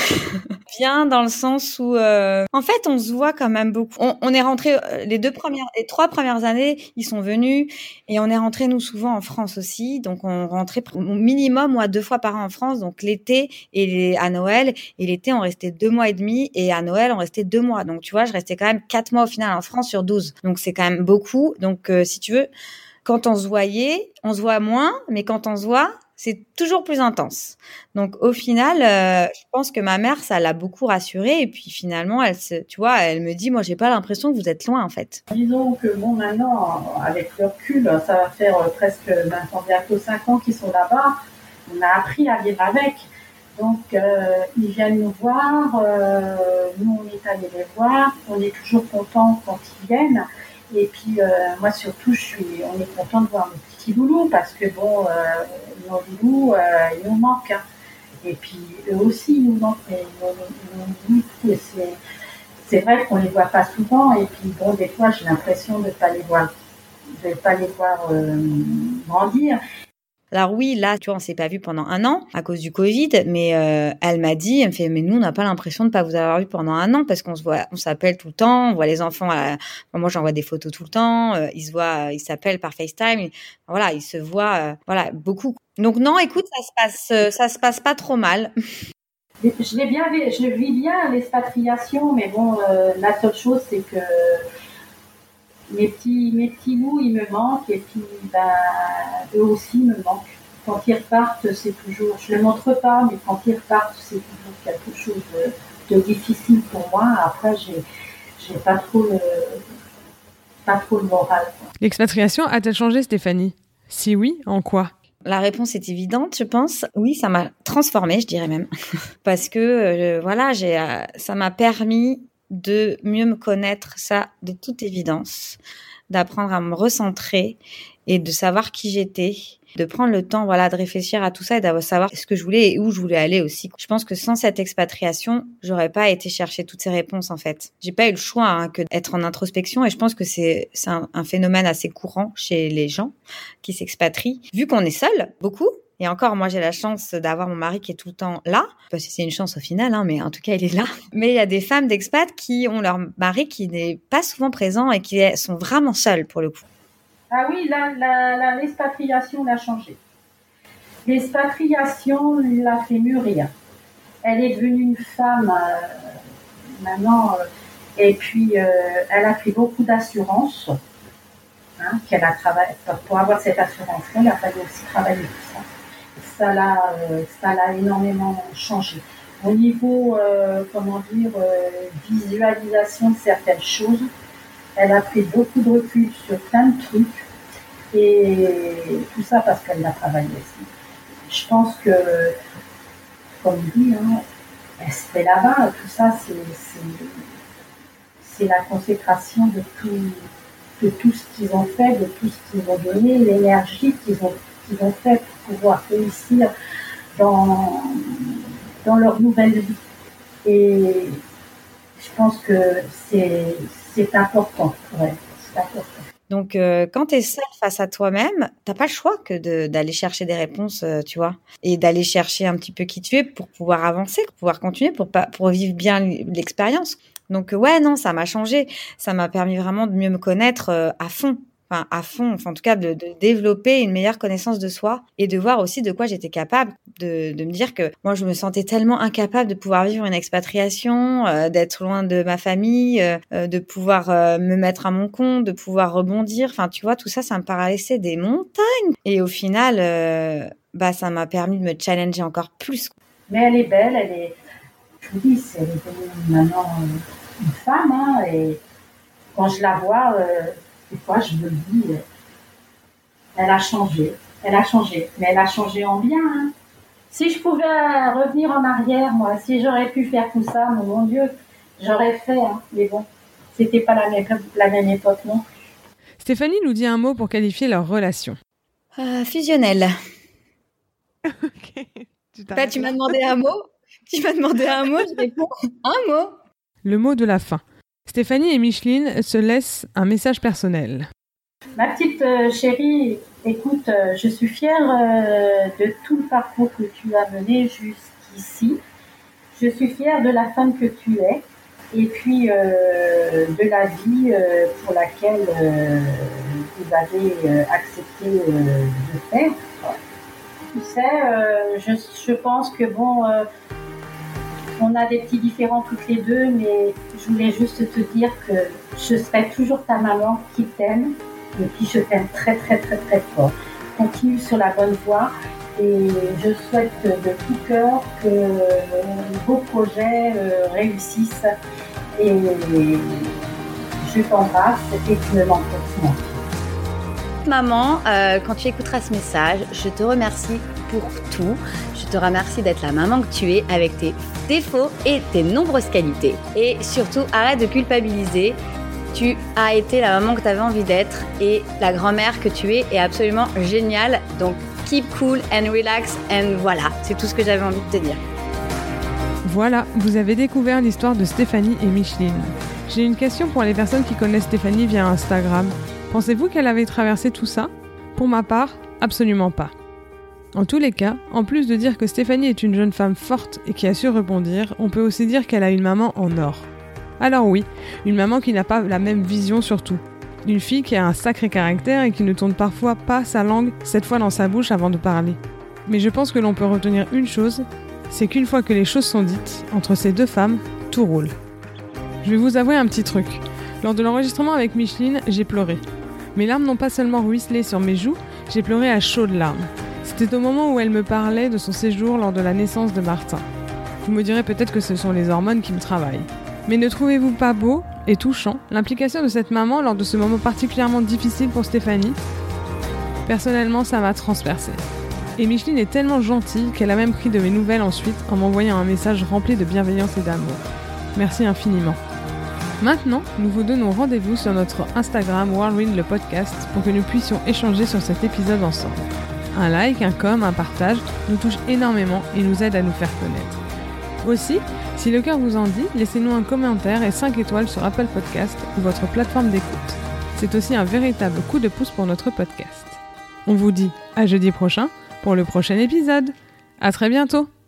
Bien dans le sens où euh, en fait on se voit quand même beaucoup. On, on est rentré euh, les deux premières, les trois premières années, ils sont venus et on est rentré nous souvent en France aussi. Donc on rentrait au minimum moi deux fois par an en France. Donc l'été et les, à Noël et l'été on restait deux mois et demi et à Noël on restait deux mois. Donc tu vois je restais quand même quatre mois au final en France sur douze. Donc c'est quand même beaucoup. Donc euh, si tu veux quand on se voyait, on se voit moins, mais quand on se voit c'est toujours plus intense. Donc au final, euh, je pense que ma mère, ça l'a beaucoup rassurée. Et puis finalement, elle se, tu vois, elle me dit, moi, j'ai pas l'impression que vous êtes loin, en fait. Disons que bon, maintenant, avec le recul, ça va faire presque maintenant bientôt cinq ans qu'ils sont là-bas. On a appris à vivre avec. Donc euh, ils viennent nous voir. Euh, nous, on est allés les voir. On est toujours contents quand ils viennent. Et puis euh, moi surtout, je suis, on est content de voir nos petits loulous parce que bon, euh, nos loulous, euh, ils nous manquent. Hein. Et puis eux aussi, ils nous manquent. Mais nos, nos, nos, c'est, c'est vrai qu'on les voit pas souvent. Et puis bon, des fois, j'ai l'impression de pas les voir, de pas les voir euh, grandir. Alors oui, là, tu vois, on s'est pas vu pendant un an à cause du Covid, mais euh, elle m'a dit, elle me fait, mais nous, on n'a pas l'impression de pas vous avoir vu pendant un an parce qu'on se voit, on s'appelle tout le temps, on voit les enfants. À la... enfin, moi, j'envoie des photos tout le temps. Euh, ils se voient, ils s'appellent par FaceTime. Et, voilà, ils se voient, euh, voilà, beaucoup. Donc non, écoute, ça se passe, ça se passe pas trop mal. Je l'ai bien, je vis bien l'expatriation, mais bon, euh, la seule chose, c'est que mes petits, mes petits loups, ils me manquent, et puis ben, eux aussi me manquent. Quand ils repartent, c'est toujours, je le montre pas, mais quand ils repartent, c'est toujours quelque chose de, de difficile pour moi. Après, j'ai, j'ai pas trop le, pas trop le moral, quoi. L'expatriation a-t-elle changé, Stéphanie ? Si oui, en quoi ? La réponse est évidente, je pense. Oui, ça m'a transformée, je dirais même. Parce que, euh, voilà, j'ai, euh, ça m'a permis de mieux me connaître, ça, de toute évidence. D'apprendre à me recentrer et de savoir qui j'étais. De prendre le temps, voilà, de réfléchir à tout ça et de savoir ce que je voulais et où je voulais aller aussi. Je pense que sans cette expatriation, j'aurais pas été chercher toutes ces réponses, en fait. J'ai pas eu le choix, hein, que d'être en introspection, et je pense que c'est, c'est un, un phénomène assez courant chez les gens qui s'expatrient. Vu qu'on est seul, beaucoup. Et encore, moi, j'ai la chance d'avoir mon mari qui est tout le temps là. Je sais pas si c'est une chance au final, hein, mais en tout cas, il est là. Mais il y a des femmes d'expat qui ont leur mari qui n'est pas souvent présent et qui sont vraiment seules, pour le coup. Ah oui, la, la, la, l'expatriation l'a changé. L'expatriation l'a fait mûrir. Elle est devenue une femme euh, maintenant, euh, et puis euh, elle a pris beaucoup d'assurance. Hein, qu'elle a travaillé, pour avoir cette assurance-là, il a fallu aussi travailler tout ça. Ça l'a, euh, ça l'a énormément changé. Au niveau, euh, comment dire, euh, visualisation de certaines choses, elle a pris beaucoup de recul sur plein de trucs, et tout ça parce qu'elle l'a travaillé aussi. Je pense que, comme dit, hein, elle se fait là-bas, tout ça, c'est, c'est, c'est la consécration de tout, de tout ce qu'ils ont fait, de tout ce qu'ils ont donné, l'énergie qu'ils ont, qu'ils ont fait pour pouvoir réussir dans, dans leur nouvelle vie. Et je pense que c'est, c'est important pour elle. C'est important. Donc, euh, quand tu es seule face à toi-même, t'as pas le choix que de, d'aller chercher des réponses, euh, tu vois, et d'aller chercher un petit peu qui tu es pour pouvoir avancer, pour pouvoir continuer, pour, pas, pour vivre bien l'expérience. Donc, euh, ouais, non, ça m'a changé. Ça m'a permis vraiment de mieux me connaître euh, à fond. Enfin, à fond, enfin, en tout cas, de, de développer une meilleure connaissance de soi et de voir aussi de quoi j'étais capable, de, de me dire que moi, je me sentais tellement incapable de pouvoir vivre une expatriation, euh, d'être loin de ma famille, euh, de pouvoir euh, me mettre à mon compte, de pouvoir rebondir. Enfin, tu vois, tout ça, ça me paraissait des montagnes. Et au final, euh, bah, ça m'a permis de me challenger encore plus. Mais elle est belle, elle est, je vous dis, c'est maintenant une femme, hein, et quand je la vois, euh, des fois, je me dis, euh, elle a changé, elle a changé, mais elle a changé en bien. Hein. Si je pouvais revenir en arrière, moi, si j'aurais pu faire tout ça, mon, mon Dieu, j'aurais fait, hein, mais bon, c'était pas la même, la même époque, non. Stéphanie nous dit un mot pour qualifier leur relation. Euh, fusionnelle. Ok. Tu, bah, tu m'as demandé un mot, tu m'as demandé un mot, je réponds un mot. Le mot de la fin. Stéphanie et Micheline se laissent un message personnel. Ma petite euh, chérie, écoute, euh, je suis fière euh, de tout le parcours que tu as mené jusqu'ici. Je suis fière de la femme que tu es et puis euh, de la vie euh, pour laquelle euh, vous avez euh, accepté euh, de faire. Tu sais, euh, je, je pense que bon... Euh, on a des petits différends toutes les deux, mais je voulais juste te dire que je serai toujours ta maman qui t'aime, et puis je t'aime très très très très fort. Continue sur la bonne voie et je souhaite de tout cœur que vos projets euh, réussissent et je t'embrasse et tu me manques forcément. Maman, euh, quand tu écouteras ce message, je te remercie pour tout. Je te remercie d'être la maman que tu es avec tes défauts et tes nombreuses qualités. Et surtout, arrête de culpabiliser. Tu as été la maman que tu avais envie d'être et la grand-mère que tu es est absolument géniale. Donc, keep cool and relax and voilà, c'est tout ce que j'avais envie de te dire. Voilà, vous avez découvert l'histoire de Stéphanie et Micheline. J'ai une question pour les personnes qui connaissent Stéphanie via Instagram. Pensez-vous qu'elle avait traversé tout ça ? Pour ma part, absolument pas. En tous les cas, en plus de dire que Stéphanie est une jeune femme forte et qui a su rebondir, on peut aussi dire qu'elle a une maman en or. Alors oui, une maman qui n'a pas la même vision sur tout. Une fille qui a un sacré caractère et qui ne tourne parfois pas sa langue cette fois dans sa bouche avant de parler. Mais je pense que l'on peut retenir une chose, c'est qu'une fois que les choses sont dites, entre ces deux femmes, tout roule. Je vais vous avouer un petit truc. Lors de l'enregistrement avec Micheline, j'ai pleuré. Mes larmes n'ont pas seulement ruisselé sur mes joues, j'ai pleuré à chaudes larmes. C'était au moment où elle me parlait de son séjour lors de la naissance de Martin. Vous me direz peut-être que ce sont les hormones qui me travaillent. Mais ne trouvez-vous pas beau et touchant l'implication de cette maman lors de ce moment particulièrement difficile pour Stéphanie ? Personnellement, ça m'a transpercée. Et Micheline est tellement gentille qu'elle a même pris de mes nouvelles ensuite en m'envoyant un message rempli de bienveillance et d'amour. Merci infiniment. Maintenant, nous vous donnons rendez-vous sur notre Instagram Whirlwind le podcast pour que nous puissions échanger sur cet épisode ensemble. Un like, un com, un partage nous touche énormément et nous aide à nous faire connaître. Aussi, si le cœur vous en dit, laissez-nous un commentaire et cinq étoiles sur Apple Podcast ou votre plateforme d'écoute. C'est aussi un véritable coup de pouce pour notre podcast. On vous dit à jeudi prochain pour le prochain épisode. À très bientôt!